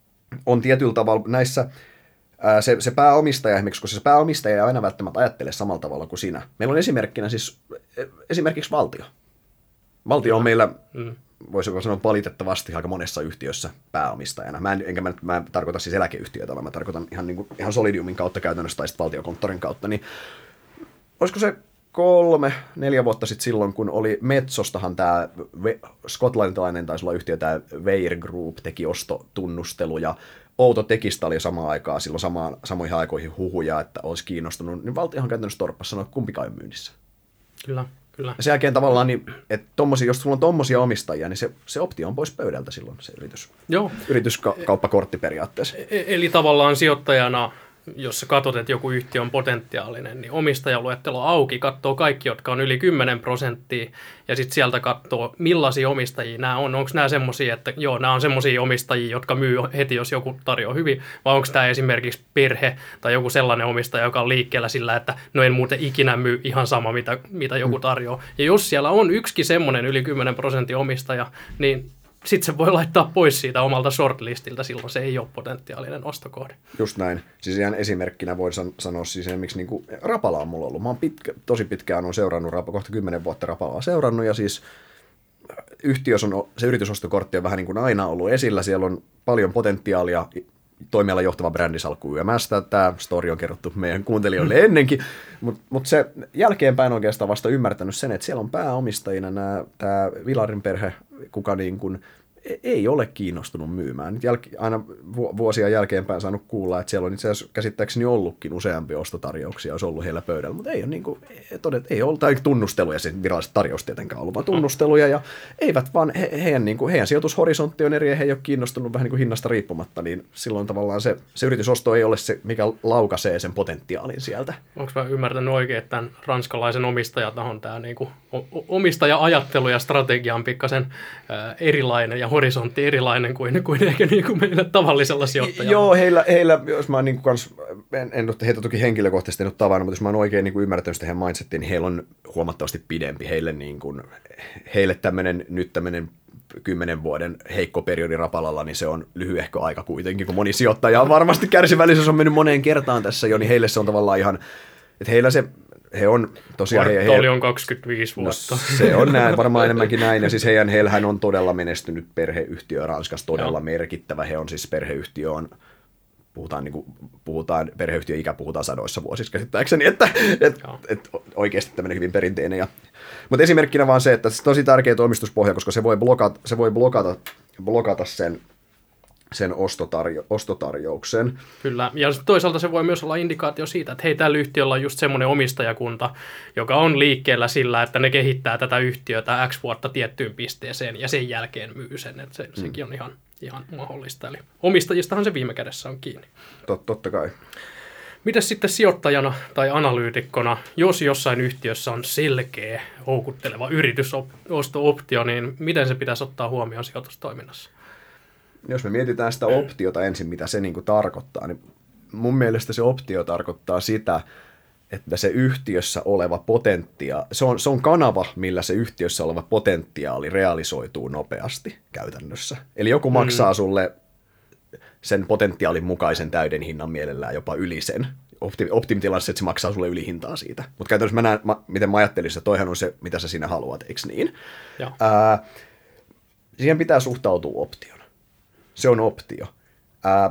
Speaker 2: on tietyllä tavalla näissä... Se, se pääomistaja, esimerkiksi, koska se pääomistaja ei aina välttämättä ajattele samalla tavalla kuin sinä. Meillä on esimerkkinä siis esimerkiksi valtio. Valtio on meillä, mm. voisiko sanoa valitettavasti aika monessa yhtiössä pääomistajana. Mä en, enkä mä, mä en tarkoita siis eläkeyhtiötä, vaan mä tarkoitan ihan, niin kuin, ihan Solidiumin kautta käytännössä tai sitten valtiokonttorin kautta. Niin, olisiko se kolme, neljä vuotta sitten silloin, kun oli Metsostahan tämä skotlantilainen taisi olla yhtiö, tämä Weir Group teki ostotunnusteluja. Outo Tekistä oli samaan aikaan, silloin samaan, samoihin aikoihin huhuja, että olisi kiinnostunut, niin valtiohan käytännössä torppasi sanoa, että kumpikaan on myynnissä.
Speaker 1: Kyllä, kyllä.
Speaker 2: Ja sen jälkeen tavallaan, niin, että tommosia, jos sulla on tommosia omistajia, niin se, se optio on pois pöydältä silloin, se yritys,
Speaker 1: Joo.
Speaker 2: yrityskauppakortti periaatteessa.
Speaker 1: E- eli tavallaan sijoittajana, jos sä katsot, että joku yhtiö on potentiaalinen, niin omistajaluettelo auki, katsoo kaikki, jotka on yli kymmenen prosenttia, ja sitten sieltä katsoo, millaisia omistajia nämä on. Onko nämä semmoisia, että joo, nämä on semmoisia omistajia, jotka myy heti, jos joku tarjoaa hyvin, vai onko tämä esimerkiksi perhe tai joku sellainen omistaja, joka on liikkeellä sillä, että no en muuten ikinä myy ihan sama, mitä, mitä joku tarjoaa. Ja jos siellä on yksikin semmoinen yli kymmenen prosentin omistaja, niin sitten se voi laittaa pois siitä omalta shortlistiltä, silloin se ei ole potentiaalinen ostokohde.
Speaker 2: Just näin. Siis ihan esimerkkinä voin san- sanoa siis miksi niin kuin Rapala on mulla ollut. Mä oon pitkä, tosi pitkään on seurannut, Rapa, kohta kymmenen vuotta Rapalaa seurannut, ja siis yhtiössä on, se yritysostokortti on vähän niin kuin aina ollut esillä, siellä on paljon potentiaalia, toimialan johtava brändisalkku Y M S, tämä story on kerrottu meidän kuuntelijoille ennenkin, mutta mut se jälkeenpäin oikeastaan vasta ymmärtänyt sen, että siellä on pääomistajina tämä Vilarin perhe, kuka niin kuin ei ole kiinnostunut myymään. Nyt jäl- aina vuosia jälkeenpäin saanut kuulla, että siellä on itse asiassa käsittääkseni ollutkin useampia ostotarjouksia, olisi ollut heillä pöydällä, mutta ei ole, niin kuin, todet, ei ole tai tunnusteluja, se viralliset tarjous tietenkään ollut, vaan tunnusteluja, ja eivät vaan, he, heidän, niin kuin, heidän sijoitushorisontti on eri, ja he ei ole kiinnostunut vähän niin kuin hinnasta riippumatta, niin silloin tavallaan se, se yritysosto ei ole se, mikä laukaisee sen potentiaalin sieltä.
Speaker 1: Onko mä ymmärtänyt oikein, että tämän ranskalaisen omistajatahon tämä niin kuin omistaja-ajattelu ja strategia on pikkasen äh, erilainen ja horisontti erilainen kuin, kuin ehkä niin kuin meillä tavallisella sijoittajalla.
Speaker 2: Joo, heillä, heillä jos mä niin kans, en, en ole heitä toki henkilökohtaisesti en ole tavannut, mutta jos mä oon oikein niin kuin ymmärtänyt sitä heidän mindsettiin, niin heillä on huomattavasti pidempi. Heille, niin kuin, heille tämmöinen, nyt tämmöinen kymmenen vuoden heikko periodi Rapalalla, niin se on lyhyehkö aika kuitenkin, kun moni sijoittaja on varmasti kärsivällisyys on mennyt moneen kertaan tässä jo, niin heille se on tavallaan ihan, että heillä se, he on tosiaan...
Speaker 1: Kvartaali he, on kaksikymmentäviisi vuotta.
Speaker 2: No, se on näin, varmaan enemmänkin näin. Ja siis heidän, heillähän on todella menestynyt perheyhtiö Ranskassa, todella Joo. merkittävä. He on siis perheyhtiö on... Puhutaan, niin kuin, puhutaan perheyhtiön ikä, puhutaan sadoissa vuosissa käsittääkseni, että et, et oikeasti tämmöinen hyvin perinteinen. Ja, mutta esimerkkinä vaan se, että se on tosi tärkeä toimistuspohja, koska se voi blokata, se voi blokata, blokata sen, sen ostotarjo, ostotarjouksen.
Speaker 1: Kyllä, ja toisaalta se voi myös olla indikaatio siitä, että hei, tällä yhtiöllä on just semmoinen omistajakunta, joka on liikkeellä sillä, että ne kehittää tätä yhtiötä X vuotta tiettyyn pisteeseen ja sen jälkeen myy sen, että se, mm. sekin on ihan... Ihan mahdollista. Eli omistajistahan se viime kädessä on kiinni.
Speaker 2: Tot, totta kai.
Speaker 1: Mites sitten sijoittajana tai analyytikkona, jos jossain yhtiössä on selkeä, houkutteleva yritysosto-optio, niin miten se pitäisi ottaa huomioon sijoitustoiminnassa?
Speaker 2: Jos me mietitään sitä optiota ensin, mitä se niin kuin tarkoittaa, niin mun mielestä se optio tarkoittaa sitä, että se yhtiössä oleva potentiaali, se on, se on kanava, millä se yhtiössä oleva potentiaali realisoituu nopeasti käytännössä. Eli joku maksaa mm. sulle sen potentiaalin mukaisen täyden hinnan mielellään jopa yli sen. Optim- optimitilanteessa, että se maksaa sulle yli hintaa siitä. Mutta käytännössä mä näen, ma, miten mä ajattelisin, että toihan on se, mitä sä siinä haluat, eikö niin? Ää, siihen pitää suhtautua optiona. Se on optio. Ää,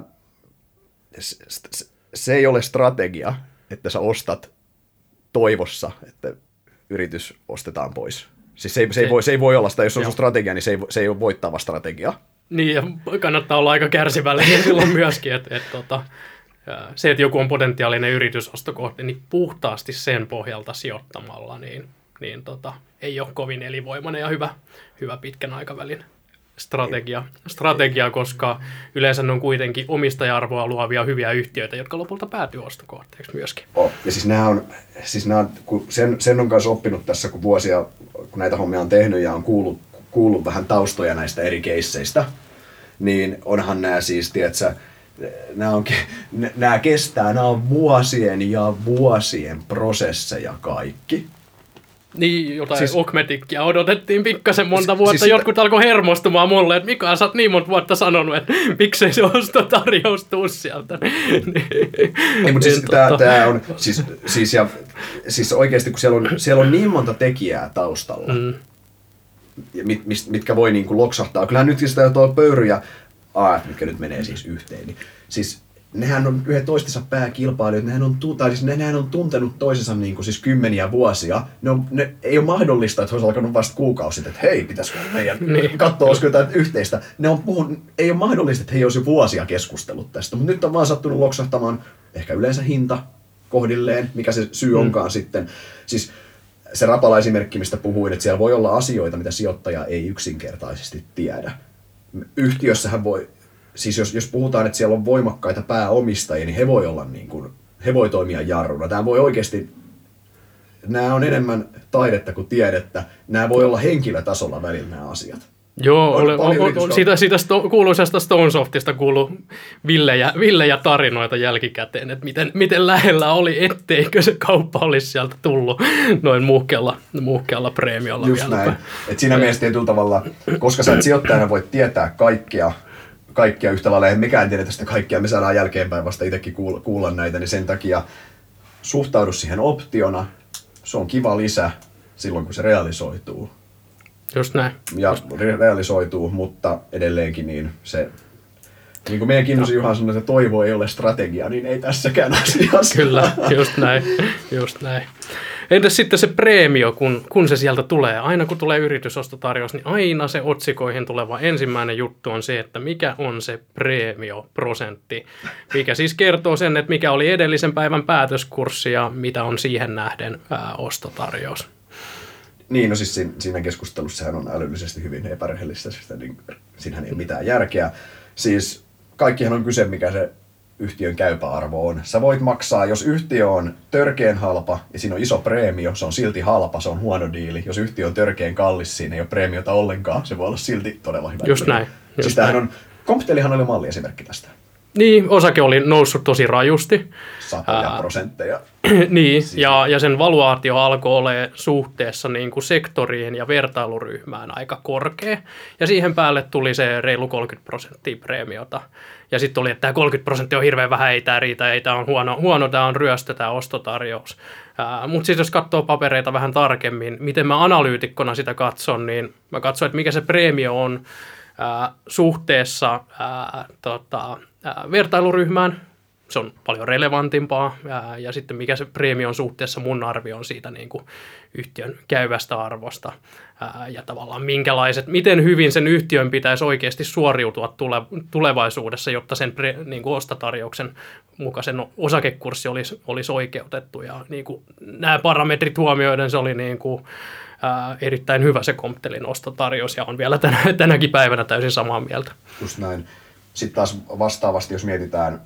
Speaker 2: se, se, se ei ole strategia, että sä ostat toivossa, että yritys ostetaan pois. Siis se ei, se ei, voi, se ei voi olla sitä, jos on sun strategia, niin se ei, se ei ole voittava strategia.
Speaker 1: Niin, ja kannattaa olla aika kärsivällinen silloin myöskin, että, että, että se, että joku on potentiaalinen yritysostokohde, niin puhtaasti sen pohjalta sijoittamalla, niin, niin tota, ei ole kovin elinvoimainen ja hyvä, hyvä pitkän aikavälin strategia, strategia, koska yleensä ne on kuitenkin omistaja-arvoa luovia hyviä yhtiöitä, jotka lopulta päätyy ostokohteeksi myöskin.
Speaker 2: Oh, ja siis nämä on, siis nämä on kun sen, sen on kanssa oppinut tässä, kun vuosia, kun näitä hommia on tehnyt ja on kuullut, kuullut vähän taustoja näistä eri keisseistä, niin onhan nämä siis, tiedätkö, nämä, on, nämä kestää, nämä on vuosien ja vuosien prosesseja kaikki.
Speaker 1: Niin, jotain siis, Okmetikkia odotettiin pikkasen monta vuotta. Siis, Jotkut alkoi hermostumaan mulle, että Mika, sä oot niin monta vuotta sanonut, että miksei se ostotarjous tuu sieltä.
Speaker 2: Ei, mutta siis tämä, tämä on, siis, siis, ja, siis oikeasti kun siellä on, siellä on niin monta tekijää taustalla, mm. mit, mitkä voi niin kuin loksahtaa. Kyllähän nyt sitä tuo pöyryjä, ah, mitkä nyt menee siis yhteen, niin siis nehän on yhden toistensa pääkilpailijoita, nehän on, tai siis nehän on tuntenut toisensa niin kuin siis kymmeniä vuosia. Ne, on, ne ei ole mahdollista, että he olisi alkanut vasta kuukausit, että hei, pitäisikö meidän niin. katsoa, olisiko jotain yhteistä. Ne on puhun, ei ole mahdollista, että he ei olisi jo vuosia keskustellut tästä, mutta nyt on vaan sattunut loksahtamaan ehkä yleensä hinta kohdilleen, mikä se syy onkaan mm. sitten. Siis se Rapala-esimerkki, mistä puhuin, että siellä voi olla asioita, mitä sijoittaja ei yksinkertaisesti tiedä. Yhtiössähän voi... Siis jos, jos puhutaan, että siellä on voimakkaita pääomistajia, niin he voi olla niin kuin, he voi toimia jarruna. Tämä voi oikeasti, nämä on enemmän taidetta kuin tiedettä. Nämä voi olla henkilötasolla välillä nämä asiat.
Speaker 1: Joo, on, on, on, on, siitä, siitä sto, kuuluisesta Stonesoftista kuuluu villejä, villejä tarinoita jälkikäteen, että miten, miten lähellä oli, etteikö se kauppa olisi sieltä tullut noin muhkealla, muhkealla preemiolla.
Speaker 2: Just vielä. Näin. Et siinä mielessä tietyllä tavalla, koska sä et sijoittajana voi tietää kaikkea, kaikkia yhtä lailla, eihän mekään tiedä tästä kaikkia, me saadaan jälkeenpäin vasta itsekin kuulla, kuulla näitä, niin sen takia suhtaudu siihen optiona, se on kiva lisä silloin, kun se realisoituu.
Speaker 1: Just näin.
Speaker 2: Ja
Speaker 1: Just
Speaker 2: realisoituu, mutta edelleenkin niin se, niin kuin meidän Kinnusen Juha sanoi, että toivo ei ole strategia, niin ei tässäkään asiassa.
Speaker 1: Kyllä, just näin, just näin. Entäs sitten se preemio, kun, kun se sieltä tulee? Aina kun tulee yritysostotarjous, niin aina se otsikoihin tuleva ensimmäinen juttu on se, että mikä on se preemioprosentti. Mikä siis kertoo sen, että mikä oli edellisen päivän päätöskurssi ja mitä on siihen nähden ää, ostotarjous.
Speaker 2: Niin, no siis siinä keskustelussahan on älyllisesti hyvin epärehellistä, niin siinähän ei ole mitään järkeä. Siis kaikkihan on kyse, mikä se yhtiön käypä arvo on. Sä voit maksaa, jos yhtiö on törkeän halpa ja siinä on iso preemio, se on silti halpa, se on huono diili. Jos yhtiö on törkeän kallis, siinä ei ole preemiota ollenkaan, se voi olla silti todella hyvä.
Speaker 1: Just näin. Just
Speaker 2: siis tämähän on, Comptelihan oli malliesimerkki tästä.
Speaker 1: Niin, osake oli noussut tosi rajusti.
Speaker 2: Satoja Ää, prosentteja.
Speaker 1: niin, siis ja, ja sen valuaatio alkoi olemaan suhteessa niin kuin sektoriin ja vertailuryhmään aika korkea. Ja siihen päälle tuli se reilu kolmekymmentä prosenttia preemiota. Ja sitten oli, että tämä kolmekymmentä prosenttia on hirveän vähän, ei tämä riitä, ei tämä on huono, huono tämä on ryöstö, tämä ostotarjous. Mutta sitten jos katsoo papereita vähän tarkemmin, miten mä analyytikkona sitä katson, niin mä katson, että mikä se preemio on ää, suhteessa ää, tota, ää, vertailuryhmään. Se on paljon relevantimpaa, ää, ja sitten mikä se preemio on suhteessa mun arvioon siitä niin kuin yhtiön käyvästä arvosta, ää, ja tavallaan minkälaiset, miten hyvin sen yhtiön pitäisi oikeasti suoriutua tule, tulevaisuudessa, jotta sen pre, niin kuin ostotarjouksen mukaisen osakekurssi olisi, olisi oikeutettu, ja niin kuin nämä parametrit huomioiden se oli niin kuin, ää, erittäin hyvä se Comptelin ostotarjous, ja on vielä tänä, tänäkin päivänä täysin samaa mieltä.
Speaker 2: Just näin. Sitten taas vastaavasti, jos mietitään,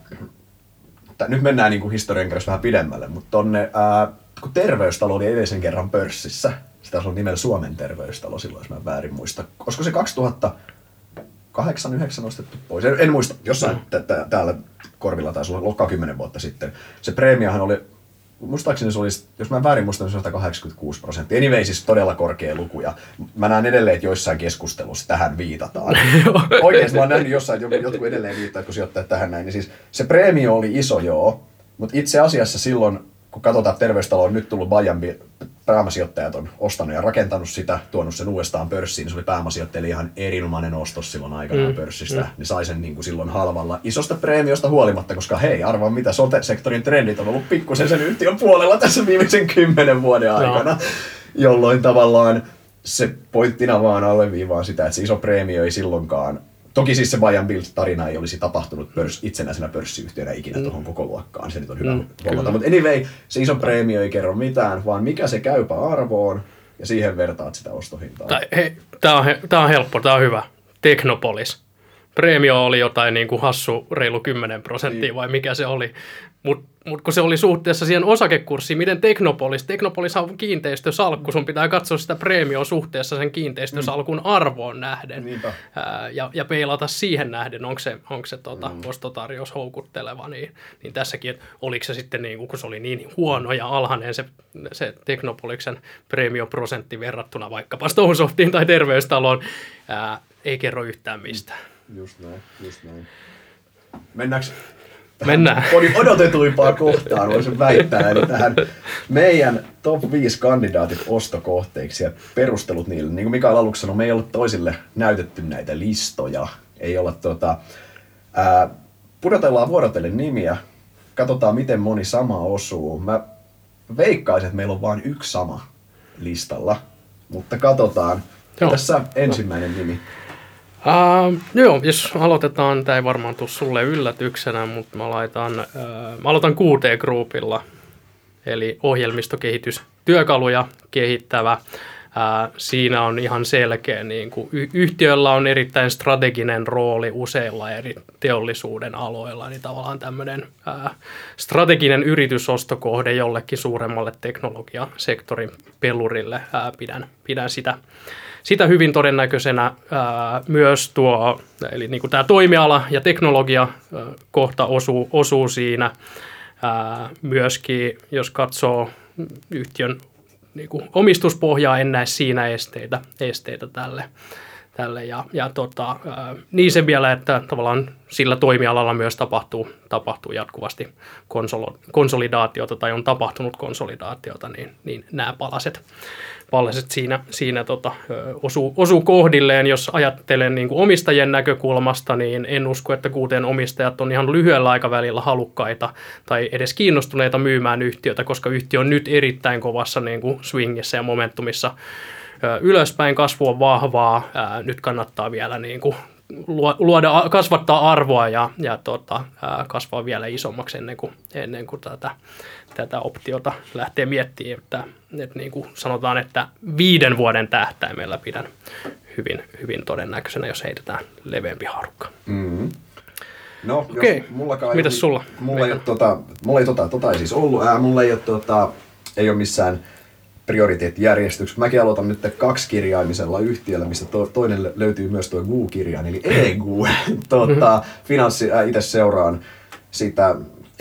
Speaker 2: nyt mennään niin kuin historian kerrassa vähän pidemmälle, mutta tonne, ää, kun Terveystalo oli edellisen kerran pörssissä, sitä on nimellä Suomen Terveystalo silloin, jos mä väärin muista. Olisiko se kaksituhattakahdeksan yhdeksän nostettu pois? En, en muista, jossain t- t- täällä korvilla taisi olla lokkaa kymmenen vuotta sitten. Se preemiahan oli, muistaakseni se olisi, jos mä väärin muistan, se sata kahdeksankymmentäkuusi prosenttia. Anyway, siis todella korkea luku, ja mä näen edelleen, että joissain keskustelussa tähän viitataan. Oikeasti mä oon nähnyt jossain, että jotkut edelleen viittaa, kun sijoittajat tähän näin. Niin siis se preemio oli iso, joo, mutta itse asiassa silloin, kun katsotaan, että Terveystalo on nyt tullut Bajanbi, pääomasijoittajat on ostanut ja rakentanut sitä, tuonut sen uudestaan pörssiin, niin se oli pääomasijoittajille ihan erinomainen ostos silloin aikanaan mm. pörssistä. Mm. Niin sai sen niin kuin silloin halvalla isosta preemiosta huolimatta, koska hei, arvaa mitä, sote-sektorin trendit on ollut pikkusen sen yhtiön puolella tässä viimeisen kymmenen vuoden aikana, no. Jolloin tavallaan se pointtina vaan alleviivaan sitä, että se iso preemio ei silloinkaan. Toki siis se buy and build -tarina ei olisi tapahtunut pörs, itsenäisenä pörssiyhtiönä ikinä mm. tuohon koko luokkaan, se nyt on hyvä mm, huomata. Mutta anyway, se iso preemio ei kerro mitään, vaan mikä se käypä arvoon, ja siihen vertaat sitä ostohintaa.
Speaker 1: Tämä on, tää on helppo, tämä on hyvä. Technopolis. Preemio oli jotain niin kuin hassu reilu kymmenen prosenttia niin. Vai mikä se oli. Mutta mut kun se oli suhteessa siihen osakekurssiin, miten Technopolis, Technopolis on kiinteistösalkku, sun pitää katsoa sitä preemioa suhteessa sen kiinteistösalkun mm. arvoon nähden. Ää, ja, ja peilata siihen nähden, onko se, onko se tota, mm. ostotarjous houkutteleva. Niin, niin tässäkin, että oliko se sitten, niin, kun se oli niin huono ja alhainen se, se Technopoliksen preemioprosentti verrattuna vaikkapa Stonesoftiin tai Terveystaloon, ää, ei kerro yhtään mistään.
Speaker 2: Just näin, just näin. Mennäänkö
Speaker 1: Mennään.
Speaker 2: Podin odotetuimpaan kohtaan, voisin väittää, eli tähän meidän top viisi kandidaatit ostokohteiksi ja perustelut niille. Niin kuin Mikael aluksi sanoi, me ei olla toisille näytetty näitä listoja. Ei olla tota, ää, pudotellaan vuorotellen nimiä, katsotaan miten moni sama osuu. Mä veikkaisin, että meillä on vain yksi sama listalla, mutta katsotaan. Tässä ensimmäinen nimi.
Speaker 1: Uh, joo, jos aloitetaan, tämä ei varmaan tule sulle yllätyksenä, mutta mä, laitan, uh, mä aloitan Q T-groupilla, eli ohjelmistokehitystyökaluja kehittävä. Uh, siinä on ihan selkeä, niin kuin y- yhtiöllä on erittäin strateginen rooli useilla eri teollisuuden aloilla, niin tavallaan tämmöinen uh, strateginen yritysostokohde jollekin suuremmalle teknologiasektorin pelurille. Uh, pidän, pidän sitä. Sitä hyvin todennäköisenä ää, myös tuo, eli niin kuin tämä toimiala ja teknologia ää, kohta osuu, osuu siinä. Ää, myöskin, jos katsoo yhtiön niin kuin omistuspohjaa, en näe siinä esteitä, esteitä tälle. tälle. Ja, ja tota, ää, niin se vielä, että tavallaan sillä toimialalla myös tapahtuu, tapahtuu jatkuvasti konsolo, konsolidaatiota tai on tapahtunut konsolidaatiota, niin, niin nämä palaset. Palaset siinä, siinä tota, osuu, osuu kohdilleen. Jos ajattelen niin kuin omistajien näkökulmasta, niin en usko, että kuuteen omistajat on ihan lyhyellä aikavälillä halukkaita tai edes kiinnostuneita myymään yhtiötä, koska yhtiö on nyt erittäin kovassa niin kuin swingissä ja momentumissa ylöspäin. Kasvu on vahvaa. Nyt kannattaa vielä niin kuin luoda, kasvattaa arvoa ja, ja tota, kasvaa vielä isommaksi ennen kuin, ennen kuin tätä, tätä optiota lähtee miettimään. Että, että niin kuin sanotaan, että viiden vuoden tähtäimellä pidän hyvin, hyvin todennäköisenä, jos heitetään leveämpi haarukka. Mm-hmm.
Speaker 2: No,
Speaker 1: okei.
Speaker 2: Jos mullakaan
Speaker 1: mitäs
Speaker 2: ei,
Speaker 1: sulla?
Speaker 2: Mulla ei ole, tota, mulla ei, tota, tota ei siis ollut, ää, mulla ei ole, tota, ei ole missään prioriteettijärjestyksessä. Mäkin aloitan nyt kaksikirjaimisella yhtiöllä, missä to, toinen löytyy myös tuo G U-kirjain, eli E G U. tuota, finanssi, äh, itse seuraan sitä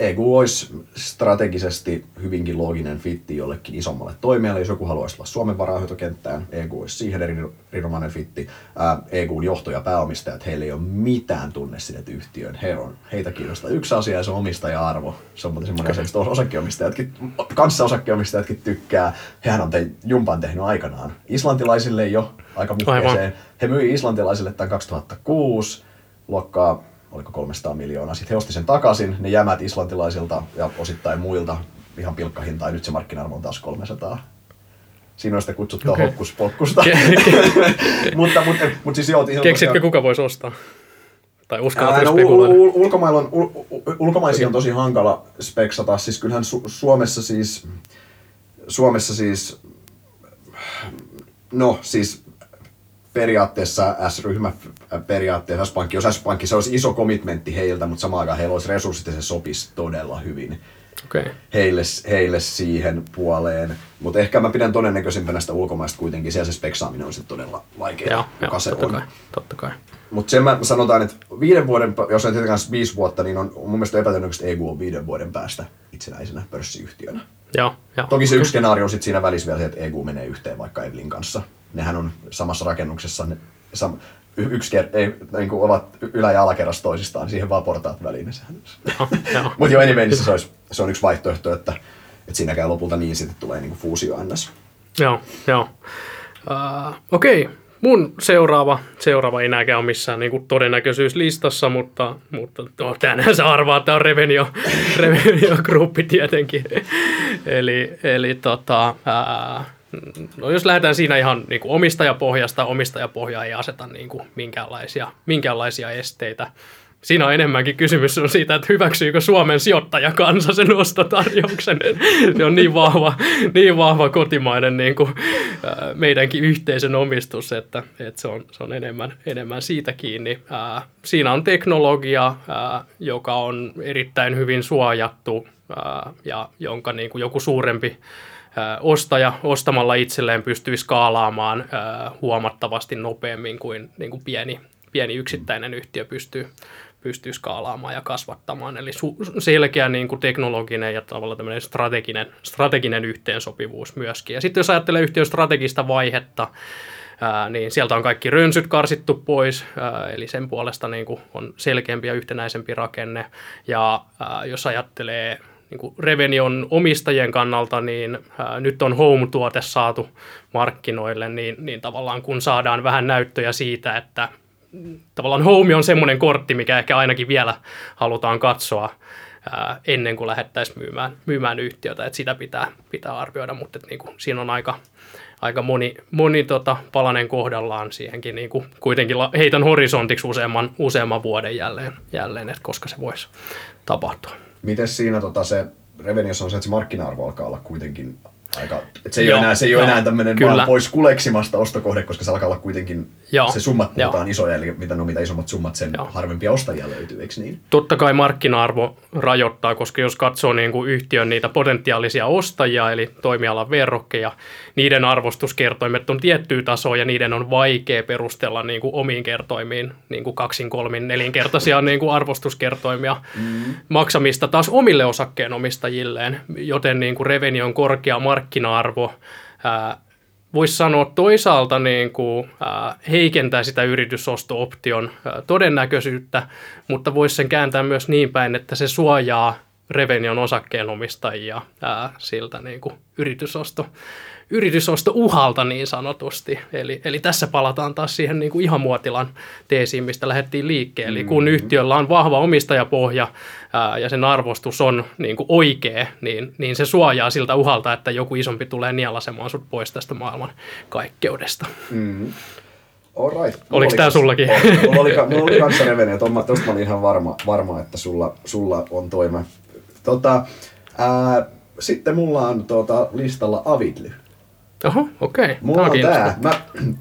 Speaker 2: E G U olisi strategisesti hyvinkin looginen fitti jollekin isommalle toimijalle. Jos joku haluaisi tulla Suomen varainhoitokenttään, E G U olisi siihen erinomainen fitti. Ää, E G U:n johto ja pääomistajat, heillä ei ole mitään tunnesidettä yhtiöön. He on, heitä kiinnostaa yksi asia ja se on omistaja-arvo. Se on semmoinen asia, mistä osakkeenomistajatkin, kanssa osakkeenomistajatkin tykkää. Hehän on te, Jumpan tehnyt aikanaan. Islantilaisille jo aika muhkeeseen. He myi islantilaisille tämän kaksituhattakuusi luokkaa. Oliko kolmesataa miljoonaa. Sitten he osti sen takaisin, ne jämät islantilaisilta ja osittain muilta ihan pilkkahintaa, ja nyt se markkina-arvo on taas kolmesataa. Siinä on sitä kutsuttua okay. hokkuspokkusta. mutta, mutta, mutta siis joo,
Speaker 1: keksitkö kuka voisi ostaa? Tai uskallatko
Speaker 2: no,
Speaker 1: spekuloida?
Speaker 2: ul- ulkomailla on, ul- ulkomaisia on tosi hankala speksata. Siis kyllähän Su- Suomessa siis... Suomessa siis... No siis... Periaatteessa S-ryhmä, periaatteessa S-pankki, jos S-pankki, se olisi iso commitmentti heiltä, mutta samaan aikaan heillä olisi resurssit ja se sopisi todella hyvin
Speaker 1: okay.
Speaker 2: heille, heille siihen puoleen. Mutta ehkä mä pidän todennäköisimpänä sitä ulkomaista kuitenkin, siellä se speksaaminen on sitten todella vaikeaa, joka se
Speaker 1: totta
Speaker 2: on.
Speaker 1: Kai, totta kai.
Speaker 2: Mutta sen mä sanotaan, että viiden vuoden, jos on tietenkään viisi vuotta, niin on mun mielestä epätodennäköistä E G U on viiden vuoden päästä itsenäisenä pörssiyhtiönä.
Speaker 1: Joo, jo.
Speaker 2: Toki se yksi skenaario on sitten siinä välissä vielä se, että E G U menee yhteen vaikka Evelin kanssa. Nehän on samassa rakennuksessa, ne, sam, yksi ker, ei, niin kuin ovat ylä- ja alakerrassa toisistaan, siihen vaan portaat väliin. Mutta jo anyway, niin se, olisi, se on yksi vaihtoehto, että, että siinä käy lopulta niin, sitten tulee niin kuin fuusio ennäs.
Speaker 1: Joo, joo. Uh, Okei, okay. Mun seuraava, seuraava ei näkään ole missään niin kuin todennäköisyyslistassa, mutta, mutta no, tänään sä arvaa, että on Revenio, Revenio Gruppi tietenkin. eli eli tota... Uh, No jos lähdetään siinä ihan niin kuin omistajapohjasta, omistajapohja ei aseta niin kuin minkäänlaisia, minkäänlaisia esteitä. Siinä on enemmänkin kysymys on siitä, että hyväksyykö Suomen sijoittajakansa sen ostotarjouksen. Se on niin vahva, niin vahva kotimainen niin kuin, ää, meidänkin yhteisön omistus, että, että se on, se on enemmän, enemmän siitä kiinni. Ää, siinä on teknologia, ää, joka on erittäin hyvin suojattu ää, ja jonka niin kuin joku suurempi ostaja ostamalla itselleen pystyy skaalaamaan ää, huomattavasti nopeammin kuin, niin kuin pieni, pieni yksittäinen yhtiö pystyy, pystyy skaalaamaan ja kasvattamaan. Eli su- selkeä niin kuin teknologinen ja tavallaan tämmöinen strateginen, strateginen yhteensopivuus myöskin. Ja sitten jos ajattelee yhtiön strategista vaihetta, ää, niin sieltä on kaikki rönsyt karsittu pois, ää, eli sen puolesta niin kuin on selkeämpi ja yhtenäisempi rakenne. Ja ää, jos ajattelee niin kuin Revenion omistajien kannalta, niin ää, nyt on Home-tuote saatu markkinoille, niin, niin tavallaan kun saadaan vähän näyttöjä siitä, että tavallaan Home on semmoinen kortti, mikä ehkä ainakin vielä halutaan katsoa ää, ennen kuin lähdettäisiin myymään, myymään yhtiötä, että sitä pitää, pitää arvioida, mutta niin kuin, siinä on aika, aika moni, moni tota, palanen kohdallaan siihenkin, niin kuin, kuitenkin heitän horisontiksi useamman, useamman vuoden jälleen, jälleen, että koska se voisi tapahtua.
Speaker 2: Miten siinä tota, se Reveniossa on se, että se markkina-arvo alkaa olla kuitenkin aika... Että se ei joo, ole enää, se ei joo, ole enää tämmöinen vaan pois kuleksimasta ostokohde, koska se alkaa olla kuitenkin... Joo, se summat puhutaan joo. isoja, eli mitä, no, mitä isommat summat, sen joo. harvempia ostajia löytyy, eikö niin?
Speaker 1: Totta kai markkina-arvo rajoittaa, koska jos katsoo niin kuin yhtiön niitä potentiaalisia ostajia, eli toimialan verrokkeja, niiden arvostuskertoimet on tiettyä tasoa ja niiden on vaikea perustella niin kuin omiin kertoimiin niin kuin kaksin, kolmin, nelinkertaisia niin kuin arvostuskertoimia mm. maksamista taas omille osakkeenomistajilleen, joten niin kuin Revenion korkea markkina-arvo ää, voisi sanoa toisaalta niin kuin, ää, heikentää sitä yritysosto-option ää, todennäköisyyttä, mutta voisi sen kääntää myös niin päin, että se suojaa Revenion osakkeenomistajia ää, siltä niin kuin yritysosto, yritysosto-uhalta niin sanotusti. Eli, eli tässä palataan taas siihen niin kuin ihan muotilan teesiin, mistä lähdettiin liikkeelle. Eli kun yhtiöllä on vahva omistajapohja ää, ja sen arvostus on niin kuin oikea, niin, niin se suojaa siltä uhalta, että joku isompi tulee nielasemaan sut pois tästä maailman kaikkeudesta.
Speaker 2: Mm. Alright.
Speaker 1: Oliko tämä sullakin?
Speaker 2: Mulla oli, mulla oli kanssa Revenio, tuosta mä olin ihan varma, varma että sulla, sulla on toima. Tota, ää, sitten mulla on tuota, listalla Avidly.
Speaker 1: Oho, okei. Okay.
Speaker 2: Mulla on tää. Mä,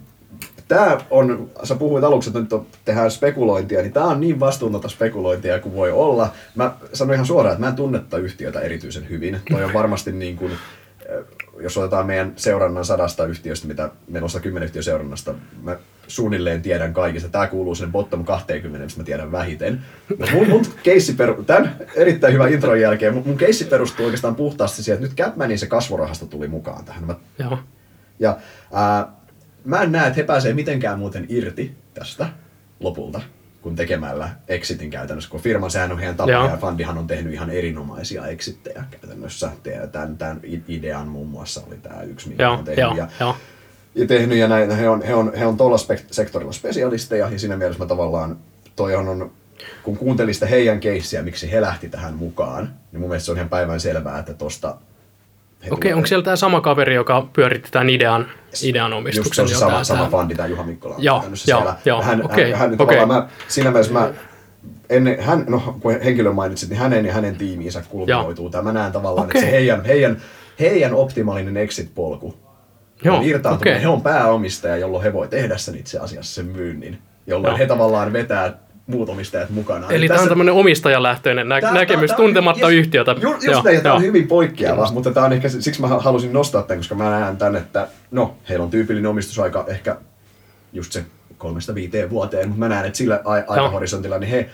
Speaker 2: tää on, sä puhuit aluksi, että nyt on, tehdään spekulointia, niin tää on niin vastuutonta spekulointia kuin voi olla. Mä sanoin ihan suoraan, että mä en tunne tätä yhtiötä erityisen hyvin. Toi on varmasti niin kuin, jos otetaan meidän seurannan sadasta yhtiöstä, mitä meillä on sata kymmenen yhtiön seurannasta, mä suunnilleen tiedän kaikista. Tämä kuuluu sinne bottom kaksikymmentä, mistä mä tiedän vähiten. Mun, mun keissi peru, tämän erittäin hyvän intron jälkeen, mun, mun keissi perustuu oikeastaan puhtaasti siihen, että nyt Capmanin se kasvurahasto tuli mukaan tähän. Mä,
Speaker 1: Joo.
Speaker 2: ja ää, mä en näe, että he pääsee mitenkään muuten irti tästä lopulta, kun tekemällä exitin käytännössä, kun firman sehän on heidän tapana ja fundihan on tehnyt ihan erinomaisia exittejä käytännössä. Tämän, tämän idean muun muassa oli tämä yksi, mikä
Speaker 1: Joo,
Speaker 2: on tehnyt.
Speaker 1: jo,
Speaker 2: ja,
Speaker 1: jo.
Speaker 2: ja tehnyt ja näin, he on, he on, he on tuolla spek- sektorilla spesialisteja ja siinä mielessä mä tavallaan, toi on, on kun kuuntelin sitä heidän keissiä, miksi he lähti tähän mukaan, niin mun mielestä se on ihan päivän selvää, että tosta
Speaker 1: Okei, okay, onko siellä tämä sama kaveri, joka pyöritti tämän idean, idean omistuksen?
Speaker 2: Just se on se sama, sama fundi, tämä Juha Mikkola.
Speaker 1: Joo, joo, joo.
Speaker 2: Hän,
Speaker 1: okay,
Speaker 2: hän, hän,
Speaker 1: okay.
Speaker 2: mä, siinä mielessä mä, ennen, hän, no, kun henkilö mainitsit, niin hänen ja hänen tiimiinsä kulminoituu tämä. Mä näen tavallaan, okay. että se heidän, heidän, heidän optimaalinen exit-polku
Speaker 1: joo,
Speaker 2: on irtaantuminen.
Speaker 1: Okay.
Speaker 2: He on pääomistaja, jolloin he voi tehdä sen itse asiassa sen myynnin, jolloin
Speaker 1: joo.
Speaker 2: he tavallaan vetää muut omistajat mukana.
Speaker 1: Eli tämä on tämmöinen omistajalähtöinen nä- tää, näkemys tää, tuntematta
Speaker 2: just,
Speaker 1: yhtiötä.
Speaker 2: Just, just näin, tämä on hyvin poikkeava, mutta tämä on ehkä, siksi mä halusin nostaa tämän, koska mä näen tämän, että no, heillä on tyypillinen omistusaika ehkä just se kolmesta viiteen vuoteen, mutta mä näen, että sillä a- aikahorisontilla, niin he,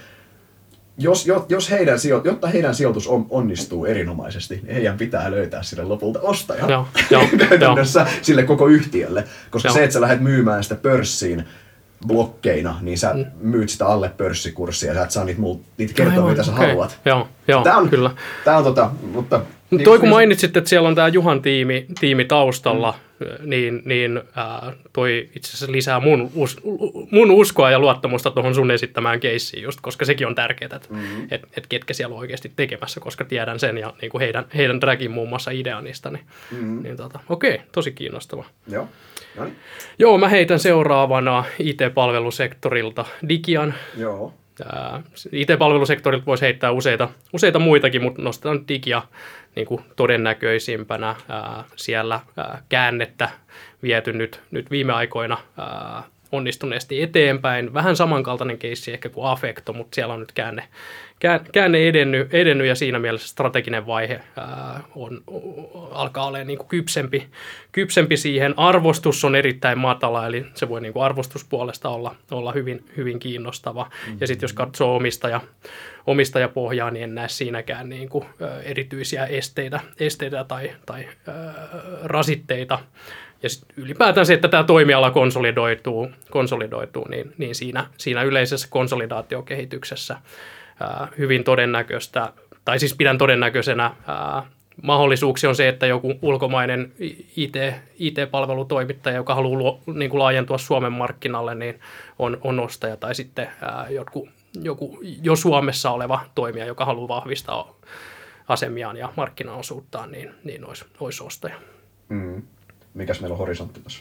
Speaker 2: jos, jos heidän, jotta heidän sijoitus on, onnistuu erinomaisesti, niin heidän pitää löytää sille lopulta ostaja
Speaker 1: joo, joo,
Speaker 2: käytännössä sille koko yhtiölle, koska
Speaker 1: joo.
Speaker 2: se, että sä lähdet myymään sitä pörssiin blokkeina, niin sä myyt sitä alle pörssikurssia ja sä et saa niitä, mul- niitä kertoa, no, mitä sä okay. haluat.
Speaker 1: Joo, joo,
Speaker 2: tää on,
Speaker 1: kyllä.
Speaker 2: Tää on tota, mutta...
Speaker 1: Niin toi kun mainitsit, että siellä on tämä Juhan tiimi, tiimi taustalla, mm. niin, niin äh, toi itse asiassa lisää mun, us, mun uskoa ja luottamusta tuohon sun esittämään keissiin, just koska sekin on tärkeää, että mm. et, et ketkä siellä on oikeasti tekemässä, koska tiedän sen ja niin kuin heidän, heidän dragin muun muassa ideanista. Niin, mm. niin tota, okei, tosi kiinnostava.
Speaker 2: Joo. Noin.
Speaker 1: Joo, mä heitän seuraavana I T-palvelusektorilta Digian.
Speaker 2: Joo.
Speaker 1: I T-palvelusektorilta voisi heittää useita, useita muitakin, mutta nostetaan Digia niin kuin todennäköisimpänä. Ää, siellä ää, käännettä viety nyt, nyt viime aikoina ää, onnistuneesti eteenpäin. Vähän samankaltainen keissi ehkä kuin Afecto, mutta siellä on nyt käänne, käänne edennyt, edennyt ja siinä mielessä strateginen vaihe ää, on, alkaa olla niin kuin kypsempi, kypsempi siihen. Arvostus on erittäin matala, eli se voi niin kuin arvostuspuolesta olla, olla hyvin, hyvin kiinnostava. Mm-hmm. Ja sitten jos katsoo omistaja, omistajapohjaa, niin en näe siinäkään niin kuin, ä, erityisiä esteitä, esteitä tai, tai ä, rasitteita. Ja ylipäätään se, että tämä toimiala konsolidoituu, konsolidoituu niin, niin siinä, siinä yleisessä konsolidaatiokehityksessä ää, hyvin todennäköistä, tai siis pidän todennäköisenä ää, mahdollisuuksia on se, että joku ulkomainen I T, I T-palvelutoimittaja, joka haluaa luo, niin kuin laajentua Suomen markkinalle, niin on, on ostaja, tai sitten ää, joku, joku jo Suomessa oleva toimija, joka haluaa vahvistaa asemiaan ja markkinaosuuttaan, niin, niin olisi, olisi ostaja.
Speaker 2: Mm. Mikäs meillä on horisontti tässä?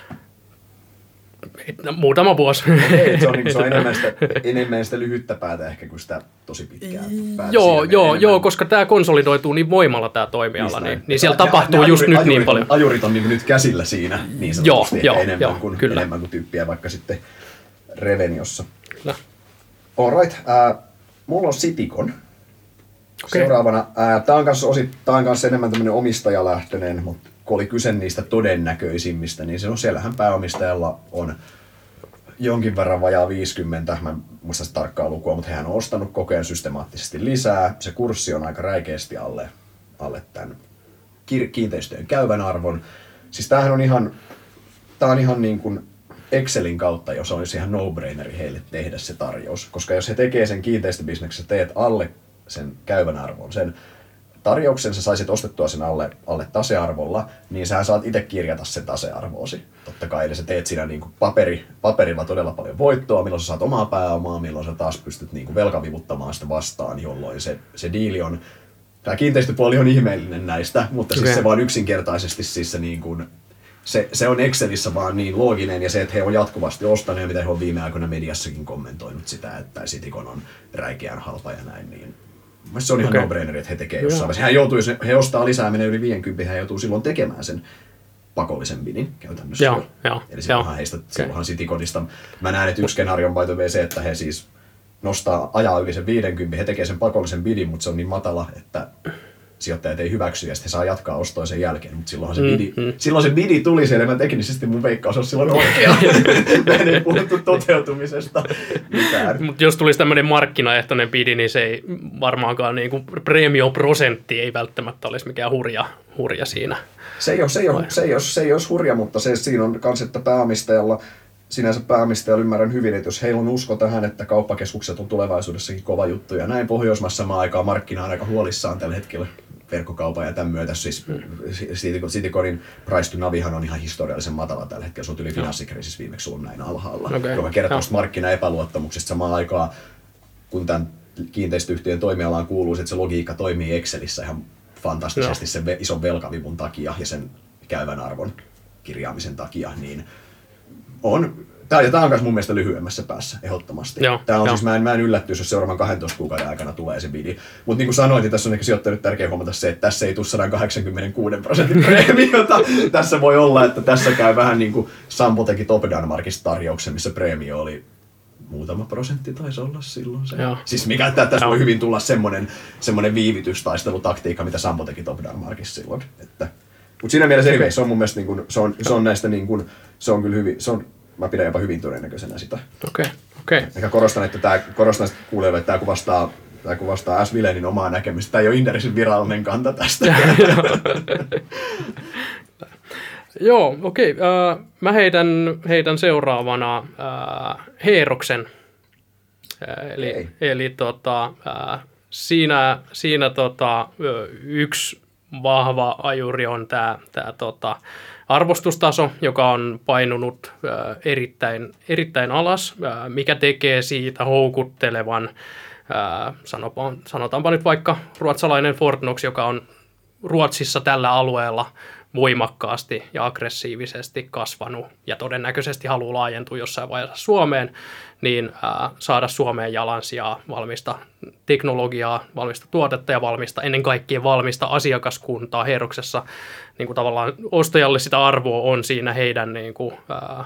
Speaker 1: Muutama vuosi.
Speaker 2: Ei, se on, niin, se on enemmän, sitä, enemmän sitä lyhyttä päätä ehkä kuin sitä tosi pitkää päätä.
Speaker 1: Joo, joo, joo, koska tämä konsolidoituu niin voimalla tämä toimiala, niin, niin siellä ja, tapahtuu ja, just ajuri, nyt niin paljon.
Speaker 2: On, ajurit on niin nyt käsillä siinä niin sanotusti, joo, joo, enemmän, joo, kuin, enemmän kuin tyyppiä vaikka sitten Reveniossa. Kyllä. All right, äh, mulla on Citycon. Okay. Seuraavana, äh, tämä on kanssa, osit, on kanssa enemmän tämmöinen omistajalähtöinen, mutta kun oli kyse niistä todennäköisimmistä, niin se on siellähän pääomistajalla on jonkin verran vajaa viisikymmentä, mä en muista sitä tarkkaa lukua, mutta hehän on ostanut koko ajan systemaattisesti lisää. Se kurssi on aika räikeästi alle, alle tämän kiinteistöjen käyvän arvon. Siis tämähän on ihan, tää on ihan niin kuin Excelin kautta, jos olisi ihan no-braineri heille tehdä se tarjous. Koska jos he tekee sen kiinteistöbisneksessä, teet alle sen käyvän arvon, sen tarjouksen sä saisit ostettua sen alle, alle tasearvolla, niin sä saat itse kirjata sen tasearvoosi. Totta kai, eli sä teet siinä niin kuin paperi, paperilla todella paljon voittoa, milloin sä saat omaa pääomaa, milloin sä taas pystyt niin kuin velkavivuttamaan sitä vastaan, jolloin se, se diili on, tämä kiinteistöpuoli on ihmeellinen näistä, mutta okay. Siis se vaan yksinkertaisesti siis se, niin kuin, se, se on Excelissä vaan niin looginen, ja se, että he on jatkuvasti ostaneet, ja mitä he on viime aikoina mediassakin kommentoinut sitä, että Citycon on räikeän halpa ja näin, niin se on ihan okay. no-braineri, että he tekee jossain vaiheessa. Hän joutuu, jos he ostaa lisää, menee yli viisikymmentä, hän joutuu silloin tekemään sen pakollisen bidin käytännössä.
Speaker 1: Joo, joo,
Speaker 2: eli silloinhan heistä, okay. silloinhan Cityconista, mä näen, että yksi skenaario on by the way se, että he siis nostaa, ajaa yli sen viisikymmentä, he tekee sen pakollisen bidin, mutta se on niin matala, että sijoittajat ei hyväksy ja sitten he saa jatkaa ostoa sen jälkeen, mutta silloin se bidi, mm, mm. silloin se bidi tuli siellä, mä teknisesti mun veikkaus on silloin oikea. Meidän ei puhuttu toteutumisesta mitään.
Speaker 1: Mutta jos tulisi tämmöinen markkinaehtoinen bidi, niin se ei varmaankaan niin kuin preemioprosentti ei välttämättä olisi mikään hurja, hurja siinä.
Speaker 2: Se ei ole, se ei ole, se ei ole, se ei ole hurja, mutta se, siinä on kans, että pääomistajalla, sinänsä pääomistajalla ymmärrän hyvin, että jos heillä on usko tähän, että kauppakeskukset on tulevaisuudessakin kova juttu, ja näin Pohjoismaissa samaan aikaan markkina on aika huolissaan tällä hetkellä verkkokaupan ja tämän myötä, siis mm. Citycoinin price to Navihan on ihan historiallisen matala tällä hetkellä, se on yli finanssikriisissä viimeksi ollut näin alhaalla, okay. joka kertoo no. markkinaepäluottamuksesta samaan aikaan, kun tämän kiinteistöyhtiön toimialaan kuuluu, että se logiikka toimii Excelissä ihan fantastisesti no. sen ison velkavivun takia ja sen käyvän arvon kirjaamisen takia, niin on, tämä, ja tämä on myös mun mielestä lyhyemmässä päässä, ehdottomasti. Joo, tämä on jo. Siis, mä en, mä en yllättyisi, jos seuraavan kahdentoista kuukauden aikana tulee se bidi. Mutta niin kuin sanoin, niin tässä on ehkä sijoittajille tärkeää huomata se, että tässä ei tule sata kahdeksankymmentäkuusi prosentin preemiota. Tässä voi olla, että tässä käy vähän niin kuin Sampo teki Top Danmarkista tarjouksen, missä preemio oli muutama prosentti taisi olla silloin se. Joo. Siis mikä, että tässä voi hyvin tulla semmoinen, semmoinen viivytystaistelutaktiikka, mitä Sampo teki Top Danmarkissa silloin. Että, mutta siinä mielessä ei, se on mun mielestä niin kuin, se, on, se on näistä niin kuin, se on kyllä hyvin, se on, mä pidän jopa hyvin todennäköisenä sitä.
Speaker 1: Okei, okay, okei. Okay.
Speaker 2: Eikä korostan, että tämä, korostan kuulijoille, että tämä kuvastaa, tämä kuvastaa S. Vilenin omaa näkemystä. Tämä ei ole Inderesin virallinen kanta tästä.
Speaker 1: Joo, okei. Okay. Uh, mä heitän, heitän seuraavana uh, Heeroksen. Uh, eli okay. eli tota, uh, siinä, siinä tota, yksi vahva ajuri on tämä tää, tota, arvostustaso, joka on painunut uh, erittäin, erittäin alas, uh, mikä tekee siitä houkuttelevan, uh, sanotaan, sanotaanpa nyt vaikka ruotsalainen Fortnox, joka on Ruotsissa tällä alueella voimakkaasti ja aggressiivisesti kasvanut ja todennäköisesti haluaa laajentua jossain vaiheessa Suomeen, niin ää, saada Suomeen jalansijaa, valmista teknologiaa, valmista tuotetta ja valmista, ennen kaikkea valmista asiakaskuntaa. Heeroksessa niin kuin tavallaan ostajalle sitä arvoa on siinä heidän niin kuin, ää,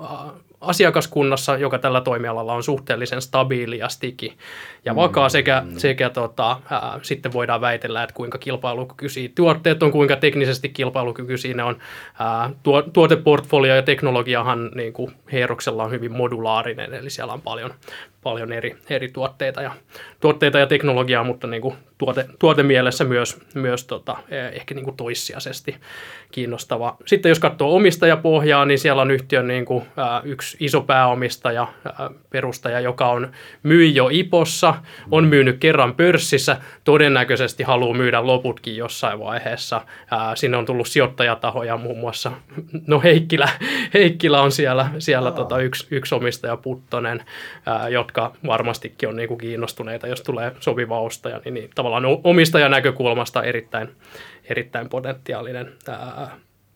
Speaker 1: asiakaskunnassa, joka tällä toimialalla on suhteellisen stabiili ja stiki ja vakaa, sekä, mm. sekä tota, ää, sitten voidaan väitellä, että kuinka kilpailukykyisiä tuotteet on, kuinka teknisesti kilpailukykyisiä ne on. Ää, tuo, tuoteportfolio ja teknologiahan niin kuin Heeroksella on hyvin modulaarinen, eli siellä on paljon, paljon eri, eri tuotteita, ja, tuotteita ja teknologiaa, mutta niin kuin tuote, tuotemielessä myös, myös tota, ehkä niin kuin toissijaisesti kiinnostava. Sitten jos katsoo omistajapohjaa, niin siellä on yhtiön niin kuin, ää, yksi iso pääomistaja, ää, perustaja, joka on myi jo IPOssa, on myynyt kerran pörssissä, todennäköisesti haluaa myydä loputkin jossain vaiheessa. Ää, sinne on tullut sijoittajatahoja, muun muassa, no Heikkilä, Heikkilä on siellä, siellä tota, yksi, yksi omistaja Puttonen, ää, jotka varmastikin on niin kuin kiinnostuneita, jos tulee sopiva ostaja, niin, niin tavallaan omistajan näkökulmasta erittäin, erittäin potentiaalinen ää,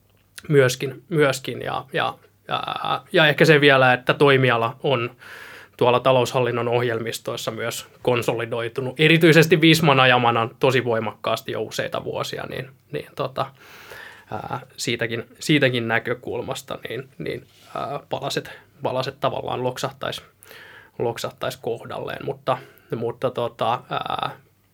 Speaker 1: myöskin, myöskin ja, ja, ja, ja ehkä se vielä, että toimiala on tuolla taloushallinnon ohjelmistoissa myös konsolidoitunut, erityisesti Visman ajamana tosi voimakkaasti jo useita vuosia, niin, niin tota, ää, siitäkin, siitäkin näkökulmasta niin, niin ää, palaset, palaset tavallaan loksahtaisi loksahtaisi kohdalleen, mutta, mutta tota, ää,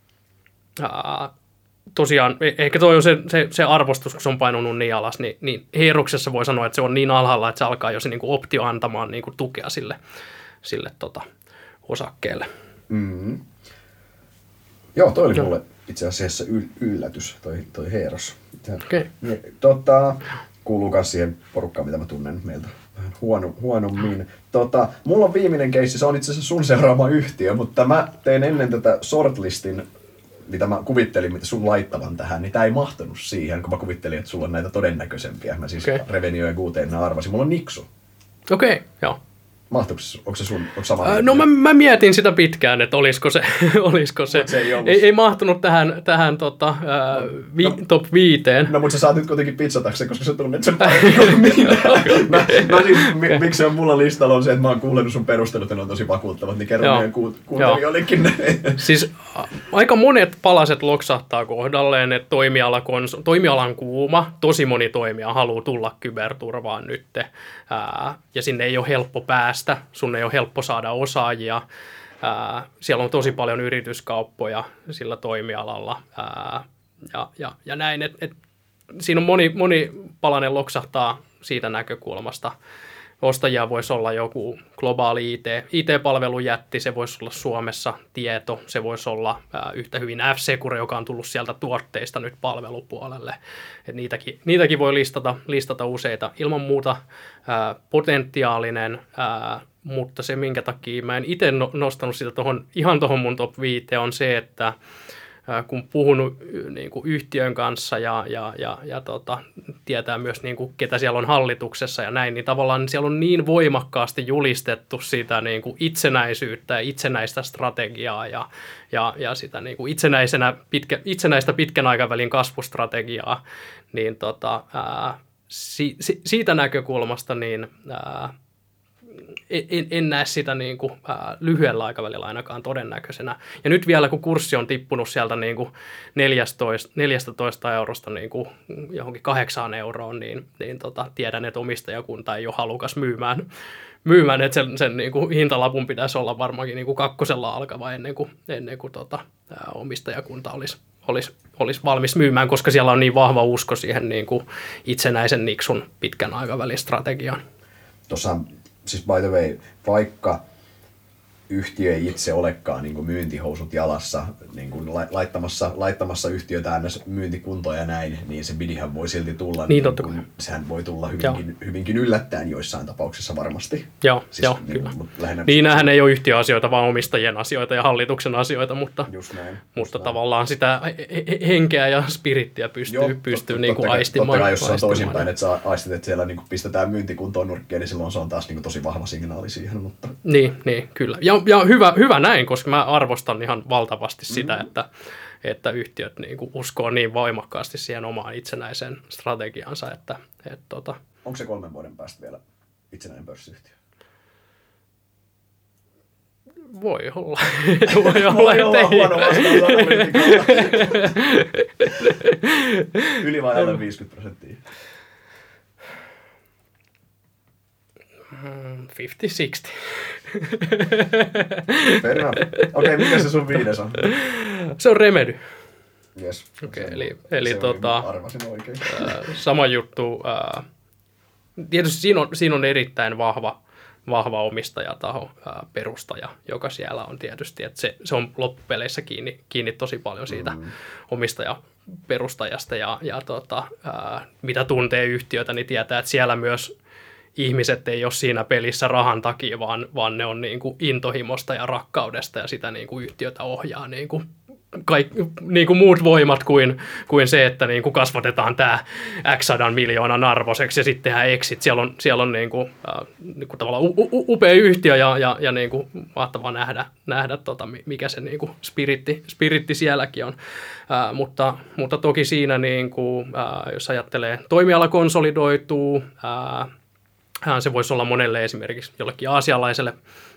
Speaker 1: ää, tosiaan, ehkä toi on se, se, se arvostus, kun se on painunut niin alas, niin, niin Heeroksessa voi sanoa, että se on niin alhaalla, että se alkaa jo se niin kuin optio antamaan niin kuin tukea sille, sille tota, osakkeelle.
Speaker 2: Mm-hmm. Joo, toi oli Joo. mulle itse asiassa yl- yllätys, toi, toi Heeros.
Speaker 1: Okay.
Speaker 2: Tota, kuuluu myös siihen porukkaan, mitä mä tunnen meiltä vähän huono, huonommin. Tota, mulla on viimeinen keissi, se on itse asiassa sun seuraava yhtiö, mutta mä tein ennen tätä shortlistin, mitä mä kuvittelin, mitä sun laittavan tähän, niin tää ei mahtunut siihen, kun mä kuvittelin, että sulla on näitä todennäköisempiä. Mä siis okay. Revenue ja Qt arvasin. Mulla on Nixu.
Speaker 1: Okei, okay, joo.
Speaker 2: Mahtuuko se, onko se sun, onko sama?
Speaker 1: Äh, no mä, mä mietin sitä pitkään, että olisiko se, olisiko se, se ei, ei, ei mahtunut tähän, tähän tota, äh, vi, no, top viiteen.
Speaker 2: No mutta sä saat nyt kuitenkin pizzatakseen, koska sä tunnet sen paremmin kuin minä. mä, mä siis, okay. Miksi se on mulla listalla on se, että mä oon kuullut sun perustelut ja ne on tosi vakuuttavat, niin kerron meidän kuuntelijoillekin.
Speaker 1: Siis aika monet palaset loksahtaa kohdalleen, että toimiala kons- toimialan kuuma, tosi moni toimija haluaa tulla kyberturvaan nyt, ää, ja sinne ei ole helppo päästä. Sun ei ole helppo saada osaajia. Ää, siellä on tosi paljon yrityskauppoja sillä toimialalla. Ää, ja, ja, ja näin. Et, et, siinä on moni, moni palanen loksahtaa siitä näkökulmasta. Ostajia voisi olla joku globaali I T, I T-palvelujätti, se voisi olla Suomessa Tieto, se voisi olla ää, yhtä hyvin F-Secure, joka on tullut sieltä tuotteista nyt palvelupuolelle. Et niitäkin, niitäkin voi listata, listata useita. Ilman muuta ää, potentiaalinen, ää, mutta se minkä takia mä en itse no, nostanut sitä tohon, ihan tuohon mun top viisi on se, että kun puhunut niin kuin yhtiön kanssa ja, ja, ja, ja tota, tietää myös, niin kuin, ketä siellä on hallituksessa ja näin, niin tavallaan siellä on niin voimakkaasti julistettu sitä niin kuin itsenäisyyttä ja itsenäistä strategiaa ja, ja, ja sitä niin kuin itsenäisenä pitkä, itsenäistä pitkän aikavälin kasvustrategiaa, niin tota, ää, si, si, siitä näkökulmasta niin ää, En, en näe sitä niin kuin, ää, lyhyellä aikavälillä ainakaan todennäköisenä. Ja nyt vielä, kun kurssi on tippunut sieltä niin kuin neljätoista, neljätoista eurosta niin kuin johonkin kahdeksaan euroon, niin, niin tota, tiedän, että omistajakunta ei ole halukas myymään, myymään että sen, sen niin kuin hintalapun pitäisi olla varmaankin niin kuin kakkosella alkava ennen kuin, ennen kuin tota, ää, omistajakunta olisi, olisi, olisi valmis myymään, koska siellä on niin vahva usko siihen niin kuin itsenäisen Niksun pitkän aikavälin strategiaan.
Speaker 2: Tuossa siis by the way, vaikka yhtiö ei itse olekaan niin kuin myyntihousut jalassa niin kuin laittamassa, laittamassa yhtiötä äänes myyntikuntoon ja näin, niin se bidihän voi silti tulla.
Speaker 1: Niin,
Speaker 2: niin kuin, sehän voi tulla hyvinkin, hyvinkin yllättäen joissain tapauksissa varmasti.
Speaker 1: Joo,
Speaker 2: siis,
Speaker 1: joo
Speaker 2: niin,
Speaker 1: kyllä.
Speaker 2: Lähinnä...
Speaker 1: Niin nämähän ei ole yhtiöasioita, vaan omistajien asioita ja hallituksen asioita, mutta,
Speaker 2: just näin, just
Speaker 1: mutta
Speaker 2: näin.
Speaker 1: Tavallaan sitä henkeä ja spirittiä pystyy, joo, pystyy tot, niin kuin aistimaan.
Speaker 2: Totta kai, jos se on toisinpäin, että sä aistit, että siellä niin kuin pistetään myyntikuntoon nurkkia, niin silloin se on taas niin kuin tosi vahva signaali siihen. Mutta...
Speaker 1: Niin, niin, kyllä. Ja, ja hyvä, hyvä näin, koska mä arvostan ihan valtavasti sitä, mm-hmm. että, että yhtiöt niin kuin uskoo niin voimakkaasti siihen omaan itsenäiseen strategiansa. Että, et, tota...
Speaker 2: Onko se kolmen vuoden päästä vielä itsenäinen pörssiyhtiö?
Speaker 1: Voi olla. Voi olla,
Speaker 2: Voi olla huono vastaus. Yli vai alle viisikymmentä prosenttia?
Speaker 1: viisikymmentä kuusikymmentä.
Speaker 2: Fair enough. Okei, okay, mikä se sun viides on?
Speaker 1: Se on Remedy.
Speaker 2: Yes.
Speaker 1: Okei, okay,
Speaker 2: se,
Speaker 1: eli, eli
Speaker 2: se
Speaker 1: tota,
Speaker 2: arvasin oikein.
Speaker 1: Äh, sama juttu. Äh, tietysti siinä on, siinä on erittäin vahva, vahva omistajataho, äh, perustaja, joka siellä on tietysti. Että se, se on loppupeleissä kiinni, kiinni tosi paljon siitä mm. omistajaperustajasta. Ja, ja tota, äh, mitä tuntee yhtiötä, niin tietää, että siellä myös ihmiset ei ole siinä pelissä rahan takia, vaan, vaan ne on niin kuin intohimosta ja rakkaudesta ja sitä niin kuin yhtiötä ohjaa niin kuin kaikki, niin kuin muut voimat kuin, kuin se, että niin kuin kasvatetaan tämä X sadan miljoonan arvoiseksi ja sitten tehdään exit. Siellä on, siellä on niin kuin, äh, niin kuin tavallaan u- u- upea yhtiö ja, ja, ja niin kuin mahtavaa nähdä, nähdä tota, mikä se niin kuin spiritti, spiritti sielläkin on. Äh, mutta, mutta toki siinä, niin kuin, äh, jos ajattelee, toimiala konsolidoituu, äh, se voisi olla monelle esimerkiksi jollekin aasialaiselle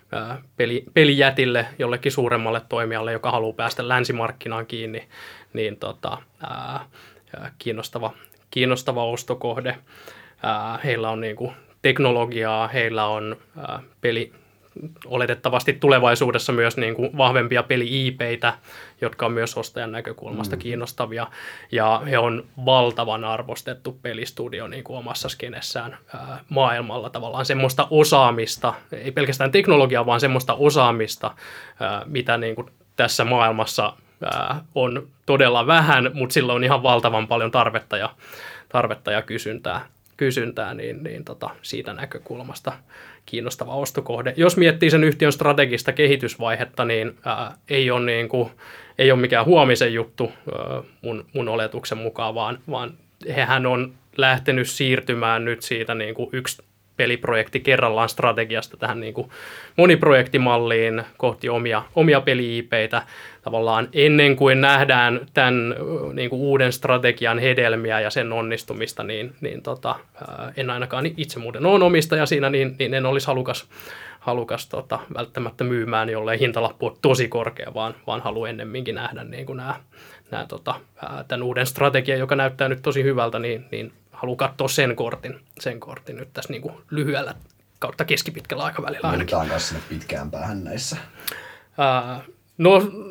Speaker 1: peli, pelijätille, jollekin suuremmalle toimijalle, joka haluaa päästä länsimarkkinaan kiinni, niin tota, ää, kiinnostava, kiinnostava ostokohde. Ää, heillä on niinku teknologiaa, heillä on ää, peli, oletettavasti tulevaisuudessa myös niin kuin vahvempia peli-I P:itä, jotka on myös ostajan näkökulmasta mm. kiinnostavia. Ja he on valtavan arvostettu pelistudio niin kuin omassa skenessään ää, maailmalla. Tavallaan semmoista osaamista, ei pelkästään teknologiaa, vaan semmoista osaamista, ää, mitä niin kuin tässä maailmassa ää, on todella vähän, mutta sillä on ihan valtavan paljon tarvetta ja, tarvetta ja kysyntää. kysyntää, niin, niin tota, siitä näkökulmasta kiinnostava ostokohde. Jos miettii sen yhtiön strategista kehitysvaihetta, niin ää, ei, ole niin kuin, ei ole mikään huomisen juttu ää, mun, mun oletuksen mukaan, vaan, vaan hehän on lähtenyt siirtymään nyt siitä niin kuin yksi peliprojekti kerrallaan strategiasta tähän niin kuin moniprojektimalliin kohti omia, omia peli-I P:itä tavallaan ennen kuin nähdään tämän niin kuin uuden strategian hedelmiä ja sen onnistumista, niin, niin tota, en ainakaan itse muuten ole omistaja siinä, niin, niin en olisi halukas, halukas tota, välttämättä myymään, jollei hintalappu ole tosi korkea, vaan, vaan haluan ennemminkin nähdä niin kuin nämä, nämä, tota, tämän uuden strategian, joka näyttää nyt tosi hyvältä, niin, niin haluan katsoa sen kortin, sen kortin nyt tässä niin kuin lyhyellä kautta keskipitkällä aikavälillä ainakin.
Speaker 2: Mietitään kanssa sinne pitkään päähän näissä.
Speaker 1: Ää, no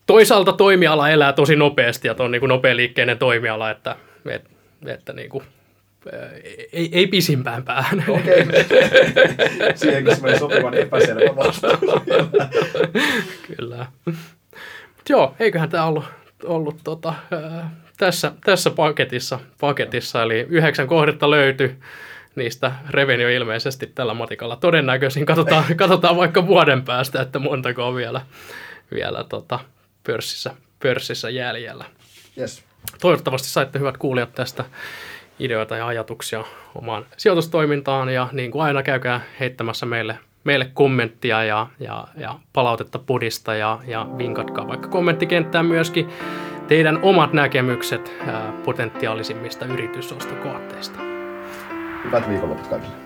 Speaker 1: toisaalta toimiala elää tosi nopeasti ja on niin kuin nopealiikkeinen toimiala, että, että, että niin kuin, ei, ei pisimpään päähän.
Speaker 2: Okei. Okay. Siihenkin semmoinen sopivan epäselvä vastaus.
Speaker 1: Kyllä. Mut joo, eiköhän tämä ollut, ollut tota, ää, tässä, tässä paketissa, paketissa, eli yhdeksän kohdetta löytyi. Niistä revenue ilmeisesti tällä matikalla todennäköisin. Katsotaan, katsotaan vaikka vuoden päästä, että montako on vielä, vielä tota pörssissä, pörssissä jäljellä.
Speaker 2: Yes.
Speaker 1: Toivottavasti saitte hyvät kuulijat tästä ideoita ja ajatuksia omaan sijoitustoimintaan. Ja niin kuin aina käykää heittämässä meille, meille kommenttia ja, ja, ja palautetta podista ja, ja vinkatkaa vaikka kommenttikenttään myöskin teidän omat näkemykset ää, potentiaalisimmista yritysostokohteista.
Speaker 2: Hyvät viikonloput kaikille.